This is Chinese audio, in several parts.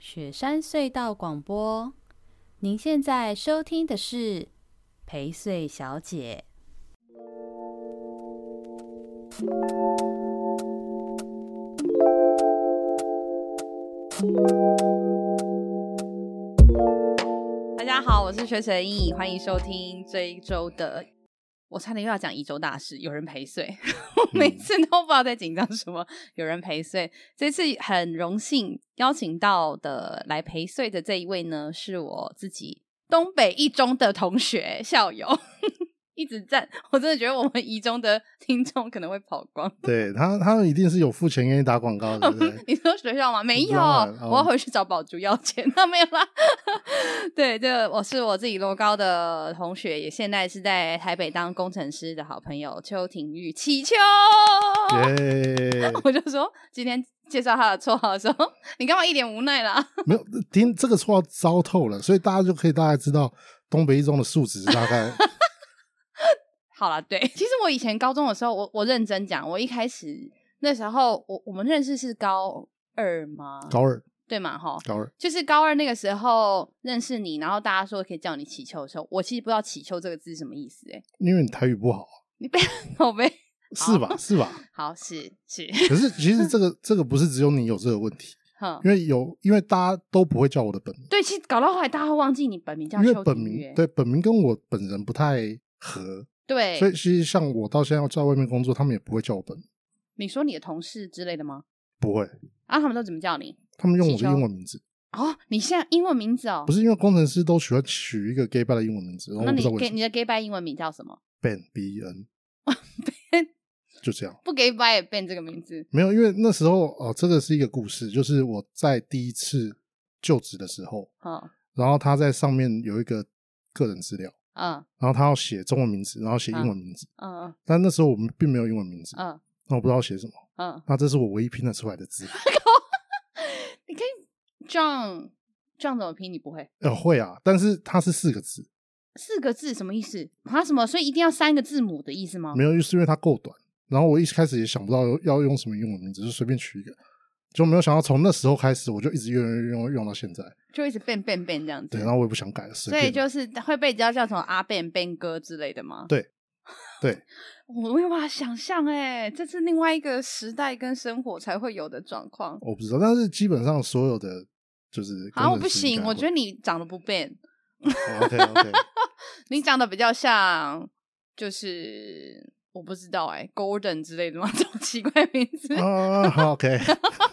雪山隧道广播，您现在收听的是陪睡小姐。大家好，我是薛成义，欢迎收听这一周的，我差点又要讲一周大事，有人陪睡。我每次都不知道在紧张什么，有人陪睡。这次很荣幸邀请到的来陪睡的这一位呢，是我自己东北一中的同学校友。一直赞，我真的觉得我们一中的听众可能会跑光。 对，他们一定是有付钱愿意打广告的，对不对？ 你说学校吗？没有，我要回去找宝珠要钱。没有啦。对，我是我自己罗高的同学，也现在是在台北当工程师的好朋友邱廷玉，祈秋。我就说今天介绍他的绰号的时候，你干嘛一脸无奈啦？ 没有，听这个绰号糟透了，所以大家就可以大概知道东北一中的素质大概。 好啦，对，其实我以前高中的时候，我认真讲，我一开始那时候我们认识是高二吗？ 高二，对嘛？哈， 高二就是高二那个时候认识你，然后大家说可以叫你祈秋的时候，我其实不知道祈秋这个字是什么意思因为你台语不好， 你被我被是吧？是吧？ 好，是。 可是其实这个不是只有你有这个问题。因为大家都不会叫我的本名。 对，其实搞到后来大家会忘记你本名叫邱廷玉， 因为本名跟我本人不太合。 对， 所以其实像我到现在在外面工作，他们也不会叫我本名。 你说你的同事之类的吗？ 不会啊，他们都怎么叫你？ 他们用我的英文名字。 哦，你现在英文名字哦？ 不是，因为工程师都喜欢取一个 gay bye 的英文名字。 那你的 gay bye 英文名叫什么？ Ben Ben 就这样， 不 gay bye 也 Ben 这个名字？ 没有，因为那时候这个是一个故事，就是我在第一次就职的时候，然后他在上面有一个个人资料。然后他要写中文名字，然后写英文名字。但那时候我们并没有英文名字。那我不知道写什么。那这是我唯一拼得出来的字。 你可以 John 怎么拼？你不会？ 会啊，但是它是4个字。 4个字什么意思？什么？所以一定要3个字母的意思吗？ 没有，就是因为它够短。然后我一开始也想不到要用什么英文名字，就随便取一个。就没有想到从那时候开始，我就一直用到现在， 就一直变这样子。 对，然后我也不想改， 所以就是会被叫什么阿Ben哥之类的吗？ 对， 我没有办法想象这是另外一个时代跟生活才会有的状况。 我不知道，但是基本上所有的就是我不行，我觉得你长得不Ben。 OK， 你长得比较像，就是我不知道Gordon 之类的吗？这种奇怪名字。 OK。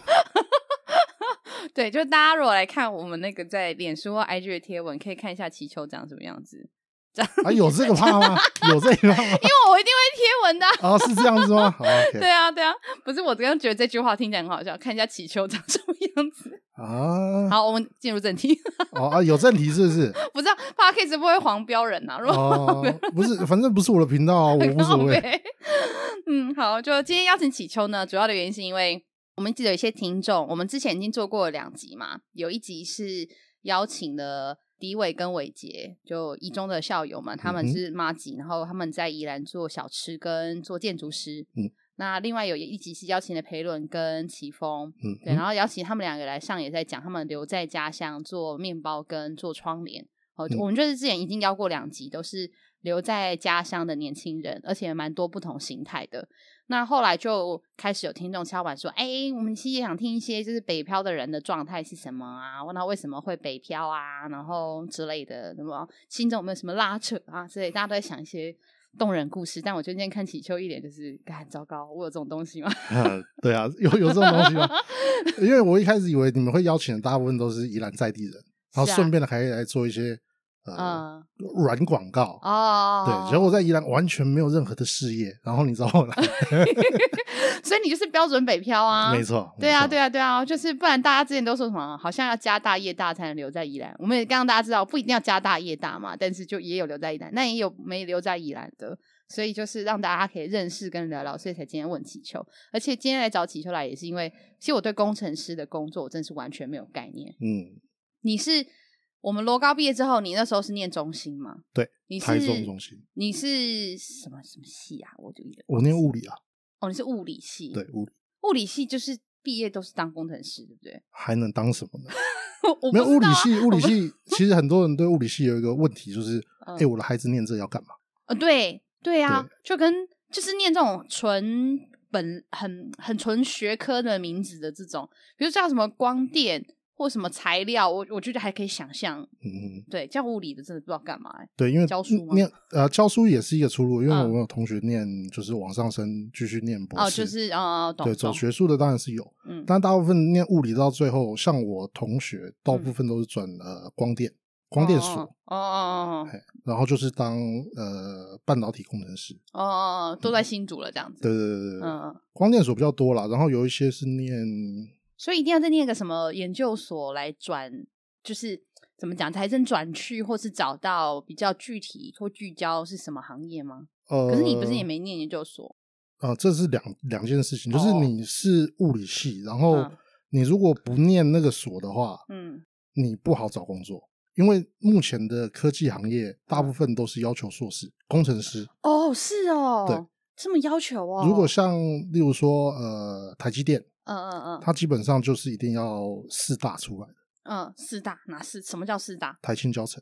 对，就大家如果来看我们那个在脸书或 IG 的贴文，可以看一下祈秋长什么样子。 有这个怕吗？有这个怕吗？因为我一定会贴文的。 是这样子吗？ 对啊，不是，我刚刚觉得这句话听起来很好笑，看一下祈秋长什么样子。好，我们进入正题。 有正题是不是？ 不知道 Podcast 不会黄标人啊？ 不是，反正不是我的频道我无所谓。 好，就今天邀请祈秋呢，主要的原因是因为我们记得有一些听众，我们之前已经做过了2集嘛，有一集是邀请了迪伟跟伟杰，就一中的校友们，他们是麻吉，然后他们在宜兰做小吃跟做建筑师。那另外有一集是邀请了培伦跟奇峰，对，然后邀请他们2个来上，也在讲他们留在家乡做面包跟做窗帘。我们就是之前已经邀过2集，都是留在家乡的年轻人，而且蛮多不同形态的。那后来就开始有听众敲碗说，我们其实也想听一些就是北漂的人的状态是什么啊，问他为什么会北漂啊，然后之类的，什么心中有没有什么拉扯啊之类，大家都在想一些动人故事。但我今天看祈秋一脸就是很糟糕，我有这种东西吗？ 对啊，有这种东西吗？因为我一开始以为你们会邀请的大部分都是宜兰在地人，然后顺便的还来做一些软广告。对，结果我在宜兰完全没有任何的事业，然后你知道后来所以你就是标准北漂啊。 没错， 对啊，就是不然大家之前都说什么好像要家大业大才能留在宜兰，我们也刚刚大家知道不一定要家大业大嘛，但是就也有留在宜兰，那也有没留在宜兰的，所以就是让大家可以认识跟聊聊，所以才今天问祈秋。而且今天来找祈秋来也是因为其实我对工程师的工作我真是完全没有概念。你是我们罗高毕业之后，你那时候是念中兴吗？ 对， 你是台中中兴。 你是什么系啊？ 我念物理啊。 你是物理系。 对，物理系就是毕业都是当工程师，对不对？ 还能当什么呢？ 没有物理系，物理系其实很多人对物理系有一个问题，就是我的孩子念这要干嘛？ 对啊，就是念这种很纯学科的名字的这种，比如叫什么光电或什么材料，我觉得还可以想象。对，教物理的真的不知道干嘛。 对，因为教书吗？ 教书也是一个出路，因为我们有同学念就是往上升继续念博士， 就是对，走学术的当然是有，但大部分念物理到最后，像我同学大部分都是转光电所然后就是当半导体工程师都在新竹了这样子。 对，光电所比较多啦，然后有一些是念， 所以一定要再念个什么研究所来转，就是怎么讲才能转去，或是找到比较具体或聚焦是什么行业吗？可是你不是也没念研究所？ 这是两件事情，就是你是物理系，然后你如果不念那个所的话，你不好找工作。因为目前的科技行业大部分都是要求硕士工程师。 是哦，对，这么要求哦。 如果像例如说台积电，它基本上就是一定要4大出来的。 4大哪4？什么叫4大？ 台清交成。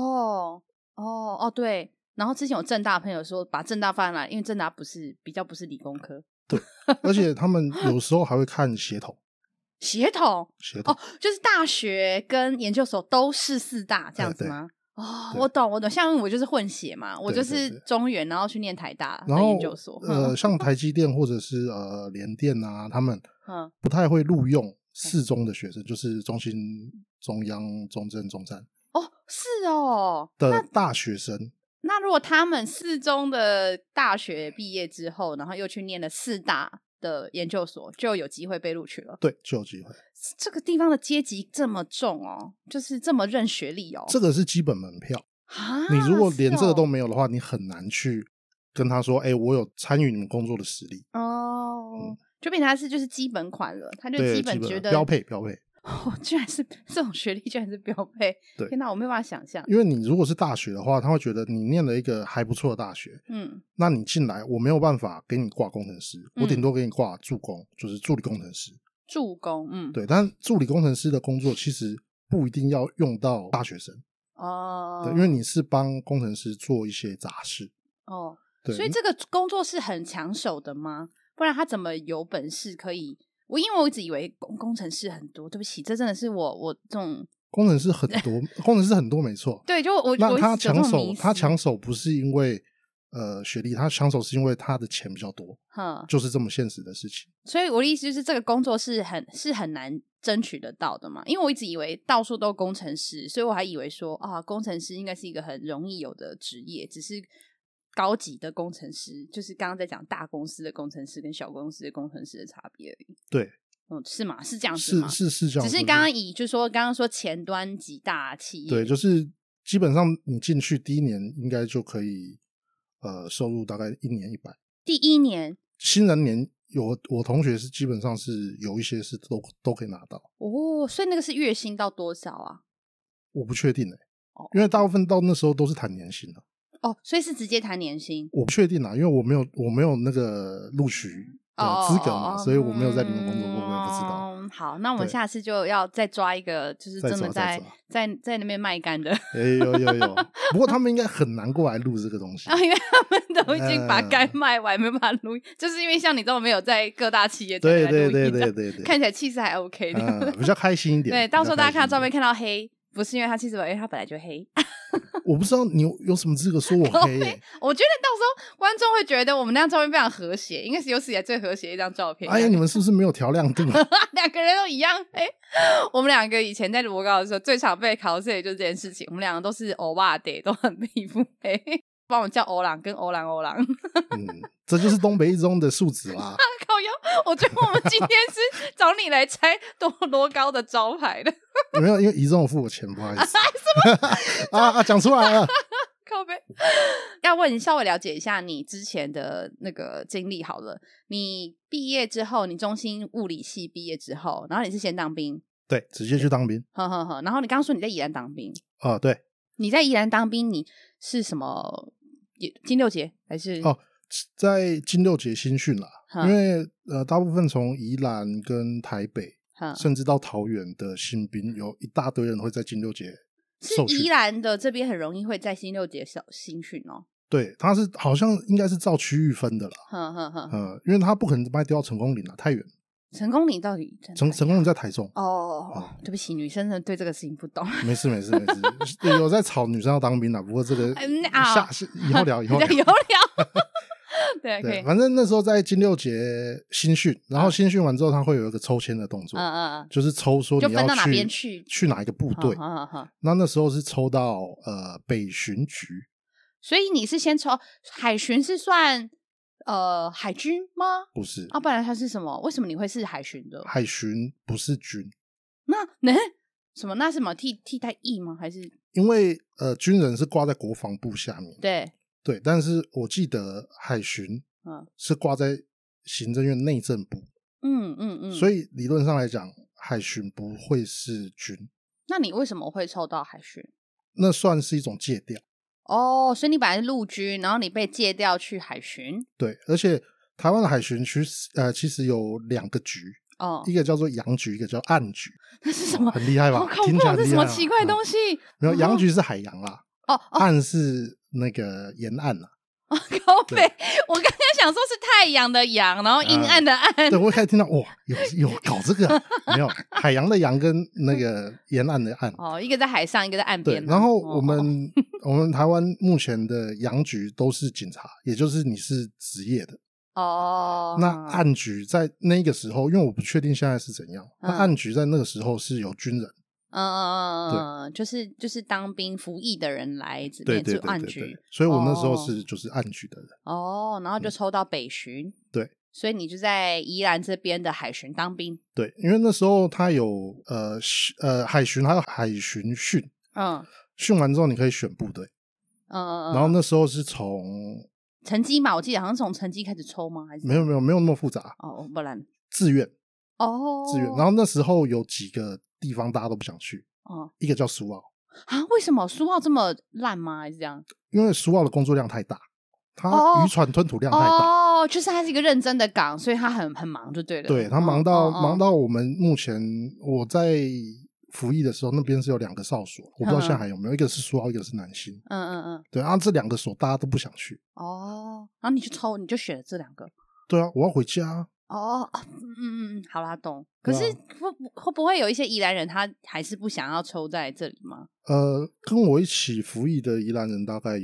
对。然后之前有政大朋友说把政大放来，因为政大比较不是理工科。 对，而且他们有时候还会看协同。 协同就是大学跟研究所都是4大这样子吗？我懂，像我就是混血嘛，我就是中原，然后去念台大的研究所。 像台积电或者是联电啊，他们不太会录用4中的学生，就是中兴、中央、中正、中山是的大学生。 那如果他们4中的大学毕业之后，然后又去念了4大的研究所，就有机会被录取了。 对，就有机会。 这个地方的阶级这么重就是这么认学历这个是基本门票你如果连这个都没有的话，你很难去跟他说我有参与你们工作的实力就变成他是就是基本款了，他就基本觉得标配居然是这种学历居然是标配。 对， 天哪，我没有办法想象。 因为你如果是大学的话，他会觉得你念了一个还不错的大学，那你进来我没有办法给你挂工程师，我顶多给你挂助工，就是助理工程师。 助工对，但助理工程师的工作其实不一定要用到大学生对，因为你是帮工程师做一些杂事对， 所以这个工作是很抢手的吗？不然他怎么有本事可以？因为我一直以为工程师很多，对不起，这真的是我这种工程师很多工程师很多没错。 对，就那他抢手不是因为学历，他抢手是因为他的钱比较多就是这么现实的事情。 所以我的意思就是这个工作是很难争取得到的嘛，因为我一直以为到处都工程师，所以我还以为说工程师应该是一个很容易有的职业，只是高级的工程师就是刚刚在讲大公司的工程师跟小公司的工程师的差别而已。 对是吗？是这样子吗？ 是这样子。 只是刚刚说前端几大企业， 对，就是基本上你进去第1年应该就可以收入大概1年100。 第1年新人年我同学是基本上是有一些是都可以拿到所以那个是月薪到多少啊？ 我不确定因为大部分到那时候都是谈年薪的所以是直接谈年薪？ 我不确定因为我没有那个录取的资格嘛所以我没有在里面工作过，我也不知道。 好，那我们下次就要再抓一个就是真的在那边卖干的有不过他们应该很难过来录这个东西因为他们都已经把干卖完没办法录就是因为像你这种没有在各大企业对，看起来气势还 OK 的比较开心一点。 对，到时候大家看到照片看到黑，不是因为他气势好，因为他本来就黑我不知道你有什么资格说我黑我觉得到时候观众会觉得我们那张照片非常和谐，应该是有史以来最和谐的一张照片。 你们是不是没有调亮度 2个人都一样我们2个以前在罗高的时候最常被考试也就是这件事情，我们2个都是欧巴的，都很皮肤黑，帮我叫欧郎跟欧郎这就是东北一中的素质啦靠腰，我觉得我们今天是找你来拆罗高的招牌的没有，因为一中付我钱，不好意思讲出来了靠北。要问你稍微了解一下你之前的那个经历好了，你毕业之后，你中兴物理系毕业之后，然后你是先当兵？ 对，直接去当兵然后你刚刚说你在宜兰当兵对， 你在宜兰当兵，你是什么金六结还是在金六结新训啦因为大部分从宜兰跟台北甚至到桃园的新兵，有一大堆人会在金六结受训。 是宜兰的这边很容易会在新六结新训哦。 对，他是好像应该是照区域分的啦。因为他不可能把你丢到成功岭啦，太远。 成功岭到底成功岭在台中。 对不起，女生对这个事情不懂。 没事，有在吵女生要当兵啦，不过这个以后聊。对，可以。反正那时候在金六结新训，然后新训完之后，他会有一个抽签的动作，就是抽说你要到哪边去哪一个部队。那时候是抽到北巡局， 所以你是先抽海巡，是算海军吗？ 不是不然它是什么？为什么你会是海巡的？ 海巡不是军。 那什么？那是什么替代役吗？还是因为军人是挂在国防部下面。对，但是我记得海巡是挂在行政院内政部。所以理论上来讲，海巡不会是军。 那你为什么会抽到海巡？ 那算是一种借调。 所以你本来是陆军，然后你被借调去海巡。 对，而且台湾的海巡区其实有2个局。一个叫做洋局，一个叫暗局。 那是什么？ 很厉害吧？听起来很厉害。 这是什么奇怪的东西？ 没有，洋局是海洋啦。暗是那个沿岸啦。 高飞，我刚刚想说是太阳的阳，然后阴暗的暗。 对，我一开始听到有搞这个。没有，海洋的洋跟那个沿岸的岸。 一个在海上，一个在岸边。 对，然后我们台湾目前的洋局都是警察，也就是你是职业的。那暗局在那个时候，因为我不确定现在是怎样。那暗局在那个时候是有军人。 就是当兵服役的人来这边就暗局。 所以我那时候就是暗局的人。 然后就抽到北巡。 对， 所以你就在宜兰这边的海巡当兵。 对，因为那时候他有海巡还有海巡训。训完之后你可以选部队。然后那时候是从成绩嘛，我记得好像从成绩开始抽吗？还是没有那么复杂。 不然自愿。自愿。然后那时候有几个地方大家都不想去。一个叫苏澳。 为什么苏澳这么烂吗？还是这样？ 因为苏澳的工作量太大，它渔船吞吐量太大。 就是它是一个认真的港，所以它很忙就对了。 对，它忙到我们目前我在服役的时候，那边是有2个哨所，我不知道现在还有没有。一个是苏澳，一个是南新。对，这2个所大家都不想去。 然后你就选了这2个。 对啊，我要回家。 好啦，懂。可是会不会有一些宜兰人他还是不想要抽在这里吗？ 跟我一起服役的宜兰人大概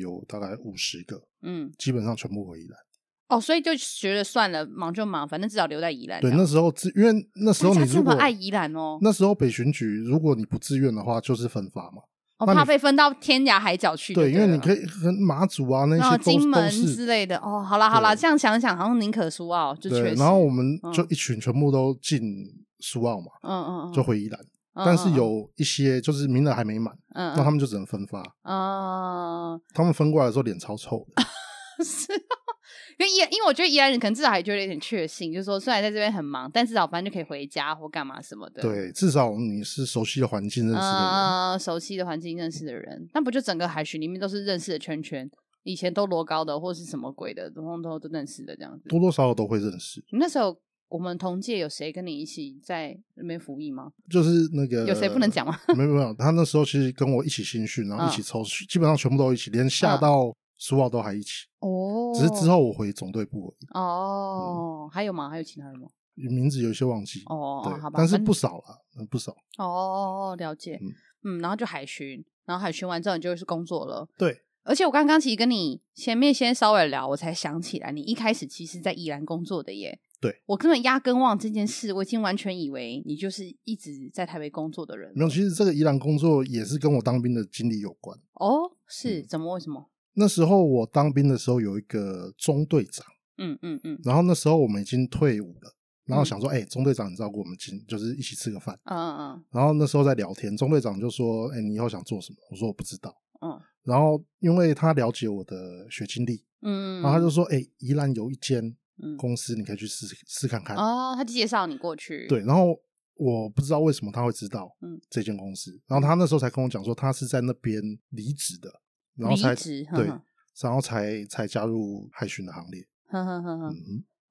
50个。基本上全部回宜兰。 所以就觉得算了，忙就忙，反正至少留在宜兰。 对，那时候因为那时候你如果这么爱宜兰那时候北巡局如果你不自愿的话，就是分发嘛。 怕被分到天涯海角去。 对，因为你可以跟马祖啊那些金门之类的。好啦，这样想想好像宁可苏澳，就确实。 然后我们就一群全部都进苏澳嘛。就回宜兰。但是有一些就是名额还没满。那他们就只能分发。他们分过来的时候脸超臭的。 是因为我觉得宜兰人可能至少还觉得有点确信，就是说虽然在这边很忙，但至少反正就可以回家或干嘛什么的。 对，至少你是熟悉的环境认识的人。 熟悉的环境认识的人，那不就整个海巡里面都是认识的圈圈，以前都罗高的或是什么鬼的，都认识的这样子。 多多少少都会认识。 那时候我们同届有谁跟你一起在那边服役吗？ 就是那个有谁不能讲吗？ 没有，他那时候其实跟我一起新训，然后一起抽，基本上全部都一起，连下到苏澳都还一起。只是之后我回总队部而已。 还有吗？还有其他人吗？ 名字有一些忘记。 对，好吧， 但是不少啦，不少。 了解。然后就海巡，然后海巡完之后你就是工作了。 对。 而且我刚刚其实跟你前面先稍微聊，我才想起来你一开始其实在宜兰工作的耶。 对， 我根本压根忘这件事，我已经完全以为你就是一直在台北工作的人。 没有，其实这个宜兰工作也是跟我当兵的经历有关。 是怎么？为什么？ 那时候我当兵的时候有一个中队长。然后那时候我们已经退伍了，然后想说中队长你照顾我们就是一起吃个饭。然后那时候在聊天，中队长就说你以后想做什么？我说我不知道。然后因为他了解我的学经历，然后他就说宜兰有一间公司你可以去试看看。 他就介绍你过去。 对，然后我不知道为什么他会知道这间公司，然后他那时候才跟我讲说他是在那边离职的，然后才对，然后才加入海巡的行列。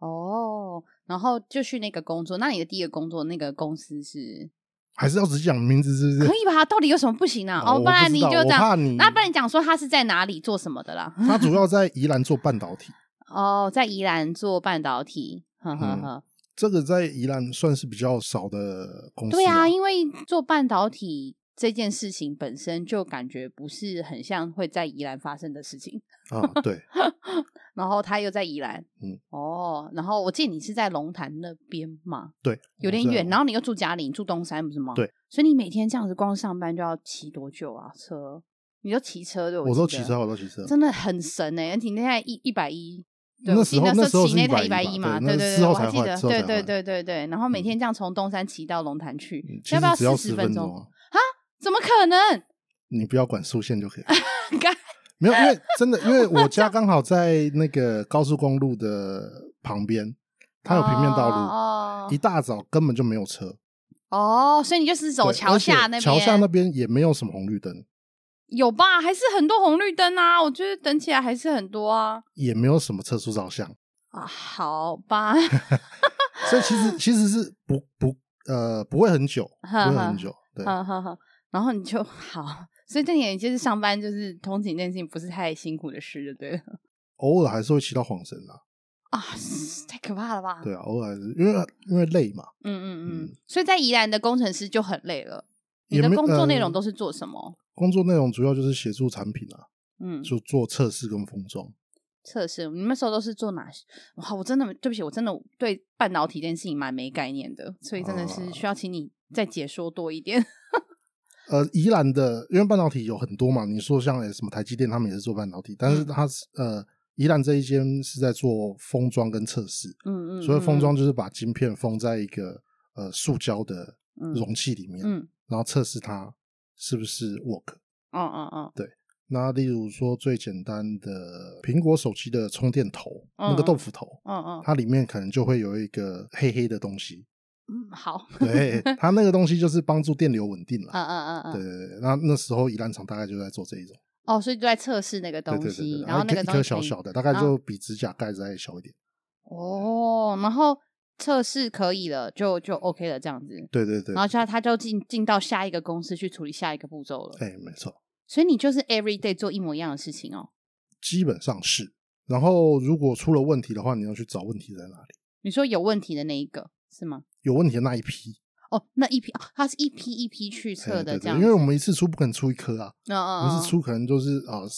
然后就去那个工作。那你的第一个工作那个公司是？ 还是要直接讲名字是不是？ 可以吧？到底有什么不行啊？不然你就这样。 我怕你。 那不然你讲说他是在哪里做什么的啦？ 他主要在宜兰做半导体。 在宜兰做半导体。 这个在宜兰算是比较少的公司。 对啊，因为做半导体这件事情本身就感觉不是很像会在宜兰发生的事情对。 然后他又在宜兰。然后我记得你是在龙潭那边嘛？ 对， 有点远。然后你又住嘉陵，住东山不是吗？ 对。 所以你每天这样子光上班就要骑多久啊？车？你都骑车对？ 我都骑车， 真的很神而且你那台110。 那时候骑那台110嘛，对， 我还记得，对。然后每天这样从东山骑到龙潭去，要不要40分钟啊？怎么可能？ 你不要管速线就可以。没有，因为真的，因为我家刚好在那个高速公路的旁边，它有平面道路，一大早根本就没有车。 所以你就是走桥下那边， 桥下那边也没有什么红绿灯。 有吧，还是很多红绿灯啊，我觉得等起来还是很多啊， 也没有什么车速照相好吧。 所以其实是不会很久，对。 然后你就好，所以这点就是上班就是通勤这件事情不是太辛苦的事就对了。 偶尔还是会骑到晃神太可怕了吧。 对啊，偶尔还是因为累嘛。 所以在宜兰的工程师就很累了。你的工作内容都是做什么？ 工作内容主要就是协助产品就做测试跟封装。 测试，你们那时候都是做哪些？我真的对不起，我真的对半导体这件事情蛮没概念的，所以真的是需要请你再解说多一点。 宜兰的，因为半导体有很多嘛，你说像什么台积电他们也是做半导体，但是它宜兰这一间是在做封装跟测试。所以封装就是把晶片封在一个塑胶的容器里面，然后测试它是不是 work。对。那例如说最简单的苹果手机的充电头，那个豆腐头，它里面可能就会有一个黑黑的东西。 好。 对，它那个东西就是帮助电流稳定啦。对。那时候宜兰厂大概就在做这一种。 所以就在测试那个东西。对。然后那个一颗小小的，大概就比指甲盖再小一点。 然后测试可以了就 OK 了这样子。 对。 然后他就进到下一个公司去处理下一个步骤了。 没错。 所以你就是 every day 做一模一样的事情基本上是。然后如果出了问题的话，你要去找问题在哪里。 你说有问题的那一个是吗？ 有问题的那一批。 那一批它是一批一批去测的这样子。 因为我们一次出不可能出一颗啊。 我们是出可能就是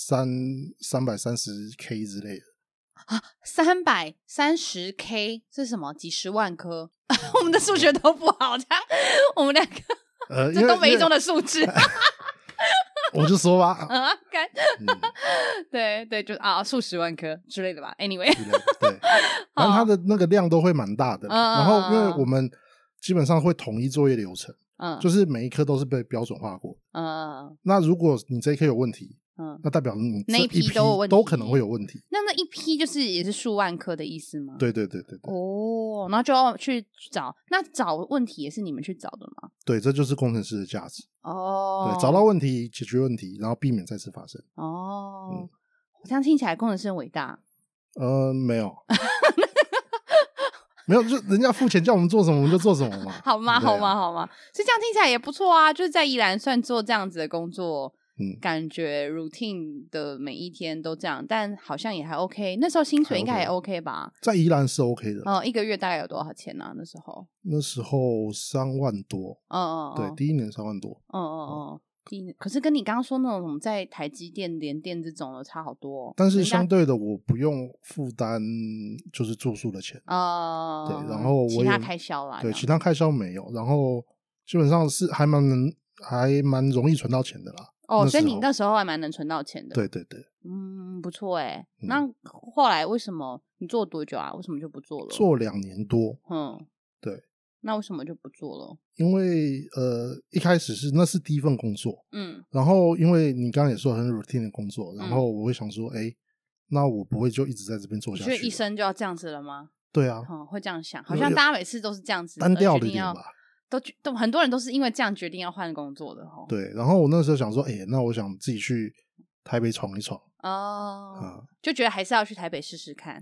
330K 之类的。 330K 是什么？几十万颗？我们的数学都不好，这样我们两个这东北一中的数字。 我就说吧。 对，就数十万颗之类的吧。Anyway， 对，反正它的那个量都会蛮大的。然后因为我们基本上会统一作业流程，就是每一颗都是被标准化过。那如果你这一颗有问题，那代表你那一批都可能会有问题。 那一批就是也是数万颗的意思吗？ 对。 然后就要去找，那找问题也是你们去找的吗？ 对，这就是工程师的价值。对，找到问题，解决问题，然后避免再次发生。 我这样听起来工程师很伟大。 没有。没有，就人家付钱叫我们做什么我们就做什么嘛。 好吗？所以这样听起来也不错啊，就是在宜兰算做这样子的工作。感觉 routine 的每一天都这样，但好像也还 OK。那时候薪水应该也 OK 吧？ 在宜兰是 OK 的。 一个月大概有多少钱啊？那时候 3万多。对，第一年3万多。 可是跟你刚刚说那种在台积电、联电这种的差好多。 但是相对的，我不用负担就是住宿的钱。对，然后我其他开销啦。 对，其他开销没有，然后基本上是还蛮容易存到钱的啦。 所以你那时候还蛮能存到钱的。 对。 不错那后来为什么你做多久啊？为什么就不做了？ 做2年多。对。 那为什么就不做了？ 因为一开始那是第一份工作。然后因为你刚刚也说很 routine 的工作，然后我会想说那我不会就一直在这边做下去。 你觉得一生就要这样子了吗？ 对啊。 会这样想，好像大家每次都是这样子单调的一点吧。 都很多人都是因为这样决定要换工作的。 对，然后我那时候想说那我想自己去台北闯一闯。 就觉得还是要去台北试试看。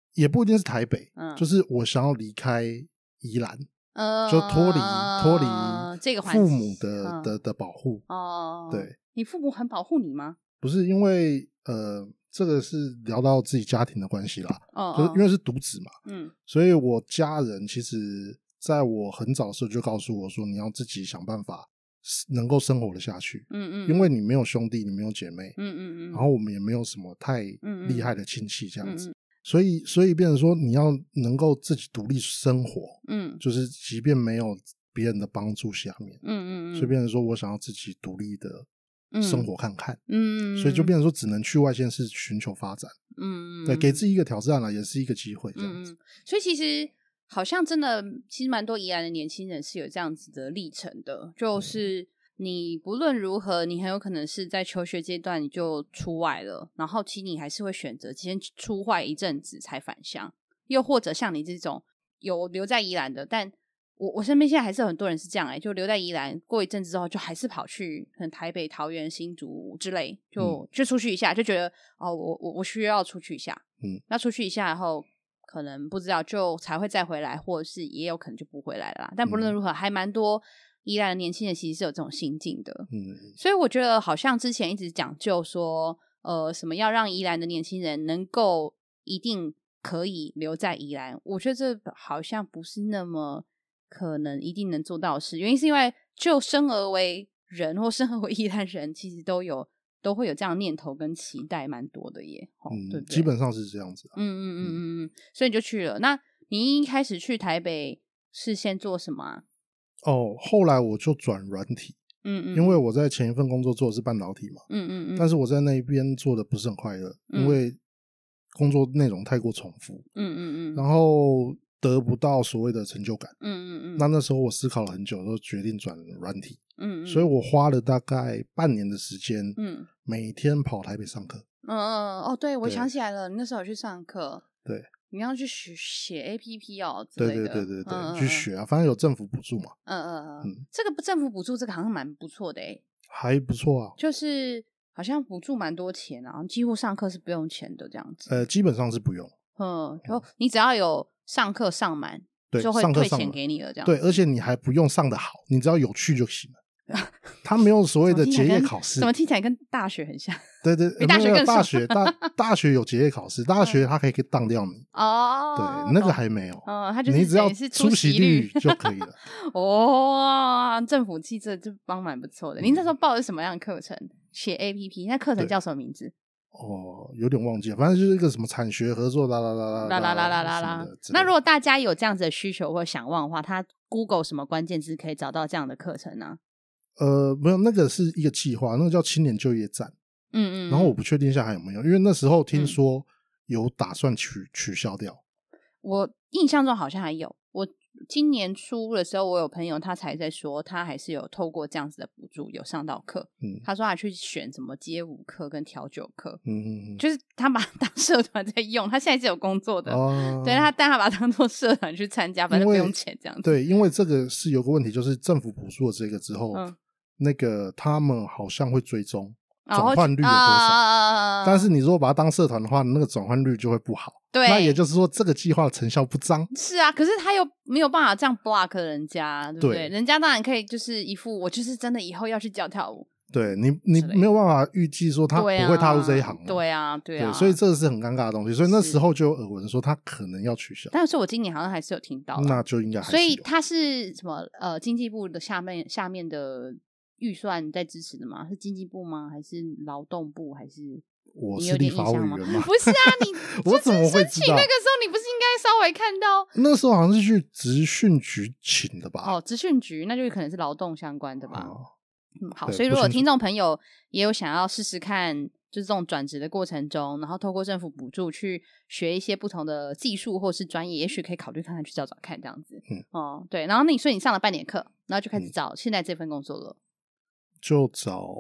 也不一定是台北，就是我想要离开宜兰，就脱离这个父母的保护。对， 你父母很保护你吗？ 不是，因为这个是聊到自己家庭的关系啦，就是因为是独子嘛，所以我家人其实在我很早的时候就告诉我说，你要自己想办法能够生活的下去，因为你没有兄弟，你没有姐妹，然后我们也没有什么太厉害的亲戚这样子，所以变成说你要能够自己独立生活，就是即便没有别人的帮助下面，所以变成说我想要自己独立的生活看看，所以就变成说只能去外县市寻求发展，对，给自己一个挑战啦，也是一个机会这样子。 所以其实好像真的，其实蛮多宜兰的年轻人是有这样子的历程的，就是你不论如何，你很有可能是在求学阶段你就出外了，然后其实你还是会选择先出外一阵子才返乡，又或者像你这种有留在宜兰的，但我身边现在还是有很多人是这样就留在宜兰，过一阵子之后就还是跑去可能台北、桃园、新竹之类，就出去一下，就觉得我需要出去一下，那出去一下然后可能不知道就才会再回来，或者是也有可能就不回来了啦。但不论如何，还蛮多宜兰的年轻人其实是有这种心境的，所以我觉得好像之前一直讲究说什么要让宜兰的年轻人能够一定可以留在宜兰，我觉得这好像不是那么可能一定能做到的事，原因是因为就生而为人或生而为宜兰人，其实都会有这样的念头跟期待，蛮多的耶，对不对？ 基本上是这样子所以你就去了。那你一开始去台北是先做什么啊？ 后来我就转软体，因为我在前一份工作做的是半导体嘛，但是我在那边做的不是很快乐，因为工作内容太过重复，然后得不到所谓的成就感，那时候我思考了很久，就决定转软体，所以我花了大概半年的时间，每天跑台北上课。 对，我想起来了，你那时候有去上课， 对， 你要去写 APP 之类的， 对，去学啊，反正有政府补助嘛， 这个政府补助这个好像蛮不错的还不错啊， 就是好像补助蛮多钱啊，几乎上课是不用钱的这样子， 基本上是不用， 就你只要有上课上满，就会退钱给你了，这样对，而且你还不用上的好，你只要有趣就行了。他没有所谓的结业考试， 怎么听起来跟大学很像？ 对， 比大学更大学有结业考试，大学他可以当掉你对，那个还没有他就是你只要出席率就可以了。 政府气这就帮蛮不错的。您那时候报的是什么样的课程？写 APP， 那课程叫什么名字？ 有点忘记了，反正就是一个什么产学合作啦。 那如果大家有这样子的需求或想望的话，他 Google 什么关键字可以找到这样的课程呢？ 没有，那个是一个计划，那个叫青年就业站。然后我不确定现在还有没有，因为那时候听说有打算取消掉。 我印象中好像还有，我今年初的时候，我有朋友他才在说，他还是有透过这样子的补助有上到课。他说他去选什么街舞课跟调酒课，就是他把它当社团在用。他现在是有工作的，对，但他把它当做社团去参加，反正不用钱这样子。 对，因为这个是有个问题，就是政府补助了这个之后，那个他们好像会追踪转换率有多少，但是你如果把它当社团的话，那个转换率就会不好。 对， 那也就是说这个计划的成效不彰。 是啊，可是他又没有办法这样 block 人家，对不对？人家当然可以就是一副我就是真的以后要去教跳舞。 对，你没有办法预计说他不会踏入这一行。 对啊， 所以这个是很尴尬的东西。所以那时候就有耳闻说他可能要取消， 但是我今年好像还是有听到， 那就应该还是有。 所以他是什么经济部的下面的预算在支持的吗？是经济部吗？还是劳动部？还是我是立法委员吗？ 不是啊，你我怎么会知道？ 那个时候你不是应该稍微看到？ 那时候好像是去职训局请的吧？ 职训局那就可能是劳动相关的吧。好，所以如果听众朋友也有想要试试看，就是这种转职的过程中，然后透过政府补助去学一些不同的技术或是专业，也许可以考虑看看去找看这样子。对，然后所以你上了半年课，然后就开始找现在这份工作了。 就找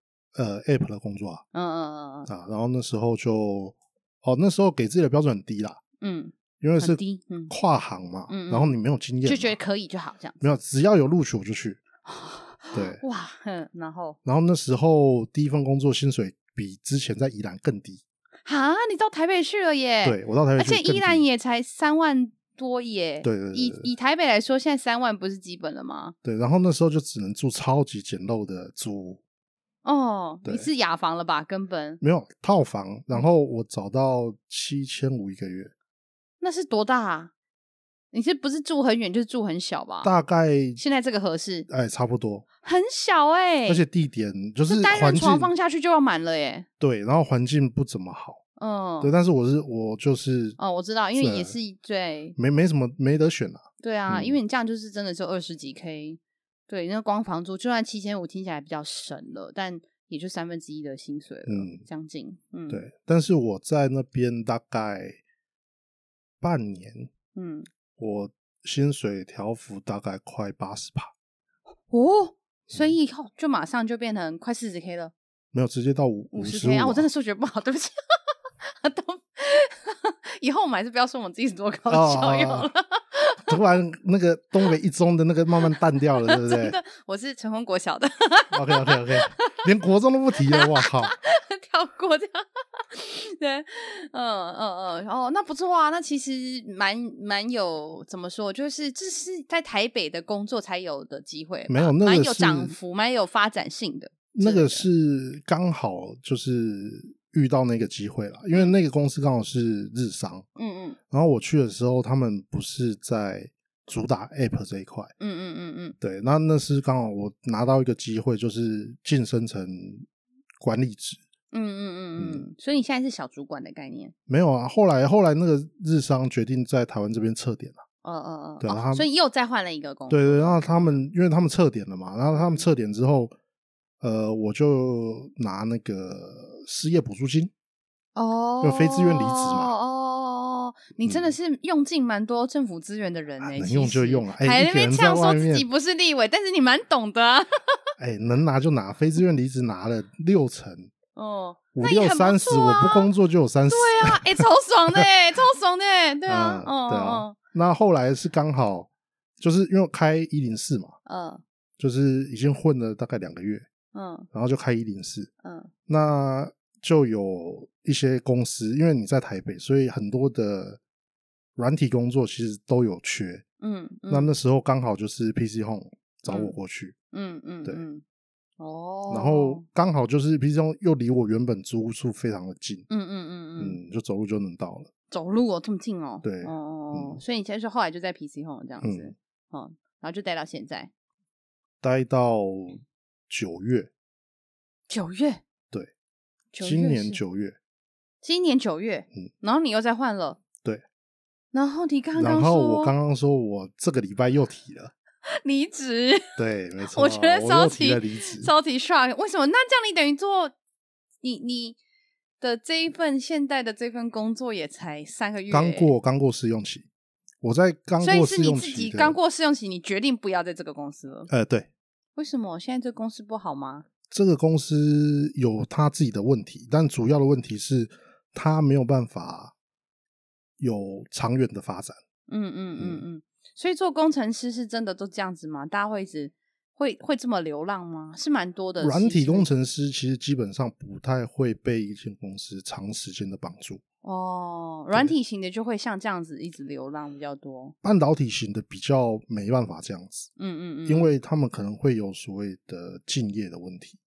App 的工作啊，然后那时候那时候给自己的标准很低啦，因为是跨行嘛，然后你没有经验， 就觉得可以就好这样子， 没有，只要有录取我就去。对， 哇，然后那时候第一份工作薪水比之前在宜兰更低。 啊，你到台北去了耶？ 对，我到台北去， 而且宜兰也才3万多耶。 对对对， 以台北来说，现在3万不是基本了吗？ 对，然后那时候就只能住超级简陋的租屋。 哦，你是雅房了吧？根本没有套房，然后我找到7500一个月。 那是多大啊？你是不是住很远，就是住很小吧？ 大概现在这个合适， 差不多， 很小而且地点就是单人床放下去就要满了耶。 对，然后环境不怎么好，对，但是我就是我知道，因为也是对， 没什么没得选啦。 对啊，因为你这样就是真的就20几K，对，那光房租就算7500听起来比较省了，但也就1/3的薪水了，将近， 对，但是我在那边大概半年，我薪水调幅大概快80%。 哦，所以以后就马上就变成快40K 了。 没有，直接到50K 啊！我真的数学不好，对不起。以后我们还是不要说我们自己多高效用了。 突然那个东北一中的那个慢慢淡掉了，对不对？ 真的，我是成功国小的。 OK， 连国中都不提了，哇靠！ 跳过这样。对，那不错啊，那其实蛮有怎么说，就是这是在台北的工作才有的机会， 没有那个蛮有涨幅，蛮有发展性的。 那个是刚好就是遇到那个机会了，因为那个公司刚好是日商，然后我去的时候，他们不是在主打 App 这一块，对，那是刚好我拿到一个机会，就是晋升成管理职。 所以你现在是小主管的概念？ 没有啊，后来那个日商决定在台湾这边撤点了。对啊， 所以又再换了一个工作。 对，然后因为他们撤点了嘛，然后他们撤点之后，我就拿那个失业补助金。就非自愿离职嘛。 你真的是用尽蛮多政府资源的人呢， 能用就用啊。 还在那边呛说自己不是立委，但是你蛮懂的啊。 能拿就拿，非自愿离职拿了60%。 哦 ，5、6、30，我不工作就有30。 对啊，超爽的超爽的对啊， 对啊。那后来是刚好就是因为开104嘛，就是已经混了大概2个月，然后就开104，那就有一些公司，因为你在台北，所以很多的软体工作其实都有缺，那时候刚好就是 PC Home 找我过去，对。然后刚好就是 PC Home 又离我原本租屋处非常的近，就走路就能到了。 走路这么近哦？ 对， 所以你现在后来就在 PC Home 这样子，然后就待到现在， 待到9月。 9月？ 对，今年9月。 今年9月，然后你又再换了？ 对。 然后你刚刚说， 然后我刚刚说我这个礼拜又提了。 离职。 对，没错， 我觉得超级shock。为什么？那这样你等于做你的这一份现在的这份工作也才3个月， 刚过试用期。我在刚过试用期， 所以是你自己刚过试用期，你决定不要在这个公司了？ 对。 为什么？现在这个公司不好吗？ 这个公司有他自己的问题，但主要的问题是他没有办法有长远的发展。 所以做工程师是真的都这样子吗？大家会一直会这么流浪吗？是蛮多的。 软体工程师其实基本上不太会被一间公司长时间的绑住。 软体型的就会像这样子一直流浪比较多， 半导体型的比较没办法这样子。因为他们可能会有所谓的竞业的问题。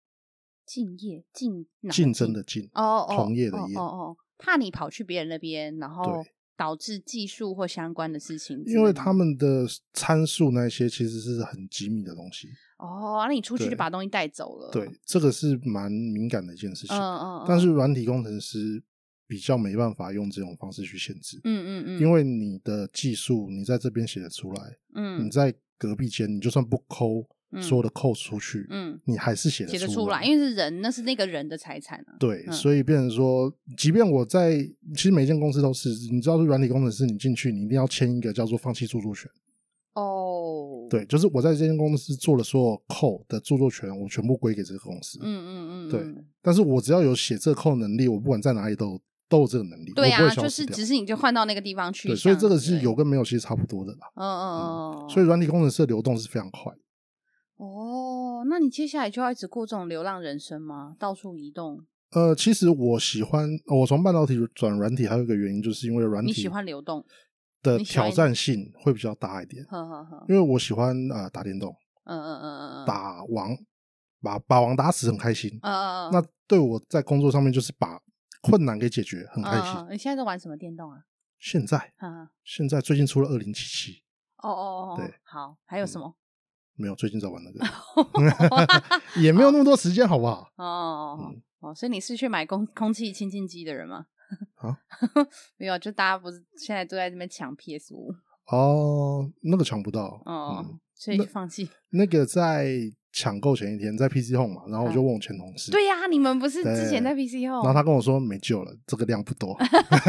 竞争的竞，同业的业。 怕你跑去别人那边，然后导致技术或相关的事情。 因为他们的参数那些其实是很机密的东西。 那你出去就把东西带走了。 对，这个是蛮敏感的一件事情。但是软体工程师比较没办法用这种方式去限制。因为你的技术你在这边写得出来，你在隔壁间你就算不抠所有的扣出去，你还是写得出来， 因为是人，那是那个人的财产啊。 对，所以变成说，即便我在，其实每一间公司都是，你知道，是软体工程师，你进去，你一定要签一个叫做放弃著作权。对，就是我在这间公司做了所有扣的著作权，我全部归给这个公司。对，但是我只要有写这扣能力，我不管在哪里都有这个能力。 对啊，就是只是你就换到那个地方去。 对，所以这个是有跟没有其实差不多的啦。所以软体工程师的流动是非常快。 那你接下来就要一直过这种流浪人生吗？到处移动？ 其实我喜欢我从半导体转软体还有一个原因，就是因为软体你喜欢流动的挑战性会比较大一点。因为我喜欢打电动，打王，把王打死很开心。那对我在工作上面就是把困难给解决很开心。 你现在在玩什么电动啊？ 现在最近出了2077。对， 好，还有什么？ 没有，最近在玩那个也没有那么多时间好不好？ 所以你是去买空气清净机的人吗？没有，就大家不是现在都在这边抢 PS5。 那个抢不到所以就放弃。 那个在抢购前一天在 PC Home 嘛，然后我就问我前同事。 对呀，你们不是之前在 PC Home？ 然后他跟我说没救了，这个量不多。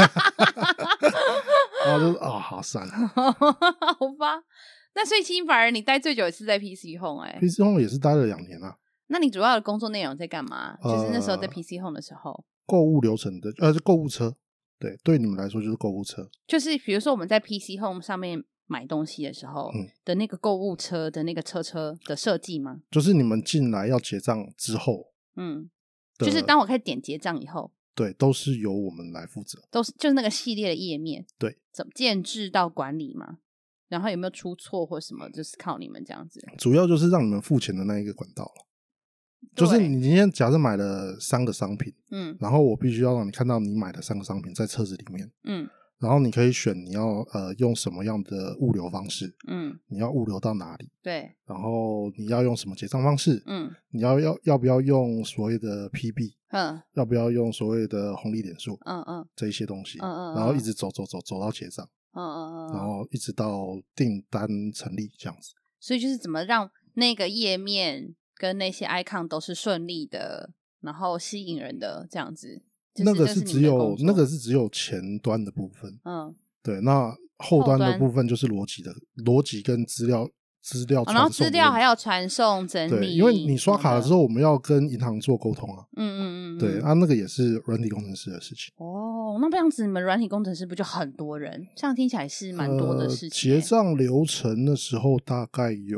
然后就好算了。 好吧。那所以其实反而你待最久也是在 PC Home。 PC Home 也是待了2年啊。 那你主要的工作内容在干嘛？就是那时候在 PC Home 的时候， 购物流程的购物车。对你们来说就是购物车，就是比如说我们在 PC Home 上面买东西的时候的那个购物车的那个车的设计吗？ 就是你们进来要结账之后， 就是当我开始点结账以后， 对，都是由我们来负责， 就是那个系列的页面， 对， 怎么建制到管理嘛，然后有没有出错或什么，就是靠你们这样子。 主要就是让你们付钱的那一个管道了。就是你今天假设买了3个商品，然后我必须要让你看到你买的3个商品在车子里面，然后你可以选你要用什么样的物流方式，你要物流到哪里， 对，然后你要用什么结账方式，你要不要用所谓的 PB，要不要用所谓的红利点数，这一些东西，然后一直走到结账，然后一直到订单成立这样子。 所以就是怎么让那个页面跟那些 icon 都是顺利的，然后吸引人的这样子。 那个是只有前端的部分，对，那后端的部分就是逻辑跟资料传送， 然后资料还要传送整理。 对，因为你刷卡的时候我们要跟银行做沟通啊。对，那个也是软体工程师的事情。 那这样子你们软体工程师不就很多人？这样听起来是蛮多的事情。 结账流程的时候大概有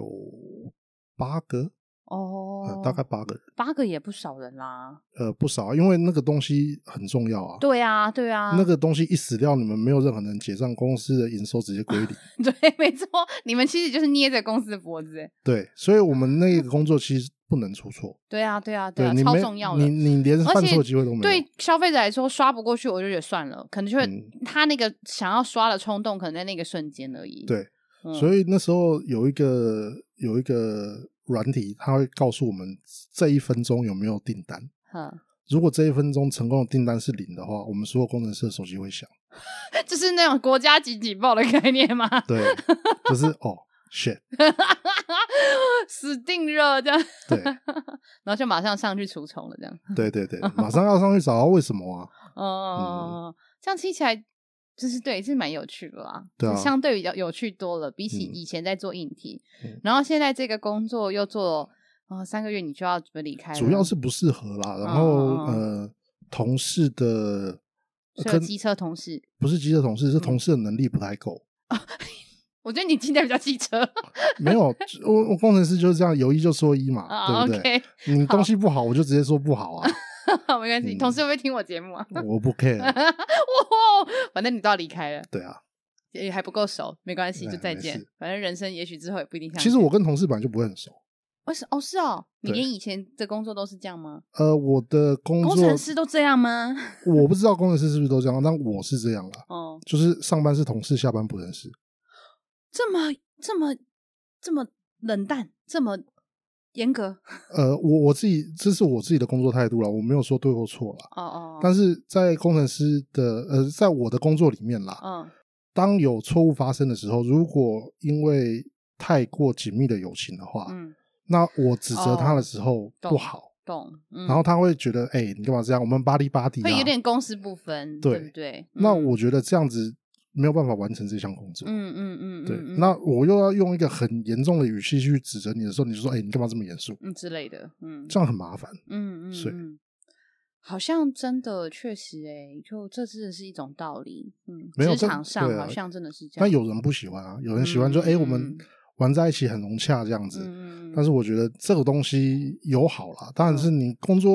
8个。大概8个人 ，8个也不少人啦。 不少，因为那个东西很重要啊。 对啊， 那个东西一死掉，你们没有任何人结账，公司的营收直接归零。 对，没错，你们其实就是捏着公司的脖子。 对，所以我们那个工作其实不能出错。 对啊，超重要的。 你连犯错机会都没有。 对消费者来说，刷不过去，我就觉得算了，可能就会他那个想要刷的冲动，可能在那个瞬间而已。 对，所以那时候有一个软体，它会告诉我们这1分钟有没有订单。如果这1分钟成功的订单是0的话，我们所有工程师的手机会响。 就是那种国家级警报的概念吗？ 对，就是shit 死定了这样。 对， 然后就马上上去除虫了这样。 对，马上要上去找为什么啊。 这样听起来就是对，是蛮有趣的啦。 对啊， 相对比较有趣多了，比起以前在做硬体。然后现在这个工作又做3个月，你就要准备离开了。 主要是不适合啦，然后同事的机车同事不是机车同事，是同事的能力不太够。 我觉得你今天比较机车。 没有，我工程师就是这样，有一就说一嘛，对不对？ Okay, 你东西不好，我就直接说不好啊。 没关系，同事会不会听我节目啊？ 我不 care。 反正你都要离开了。 对啊， 也还不够熟，没关系，就再见。反正人生也许之后也不一定像。 其实我跟同事本来就不会很熟。 是哦，你连以前的工作都是这样吗？ 我的工程师都这样吗？ 我不知道工程师是不是都这样，但我是这样啦。就是上班是同事，下班不认识。这么冷淡，这么严格。 我自己这是我自己的工作态度啦，我没有说对或错啦。但是在工程师的在我的工作里面啦，当有错误发生的时候，如果因为太过紧密的友情的话，那我指责他的时候不好。 懂。 然后他会觉得你干嘛这样，我们buddy buddy 会有点公私不分，对不对？ 那我觉得这样子没有办法完成这项工作。对。那我又要用一个很严重的语气去指责你的时候，你就说你干嘛这么严肃之类的。 这样很麻烦。所以好像真的确实就这真的是一种道理。 没有职场上好像真的是这样。 但有人不喜欢啊，有人喜欢就我们玩在一起很融洽这样子。但是我觉得这个东西有好啦，当然是你工作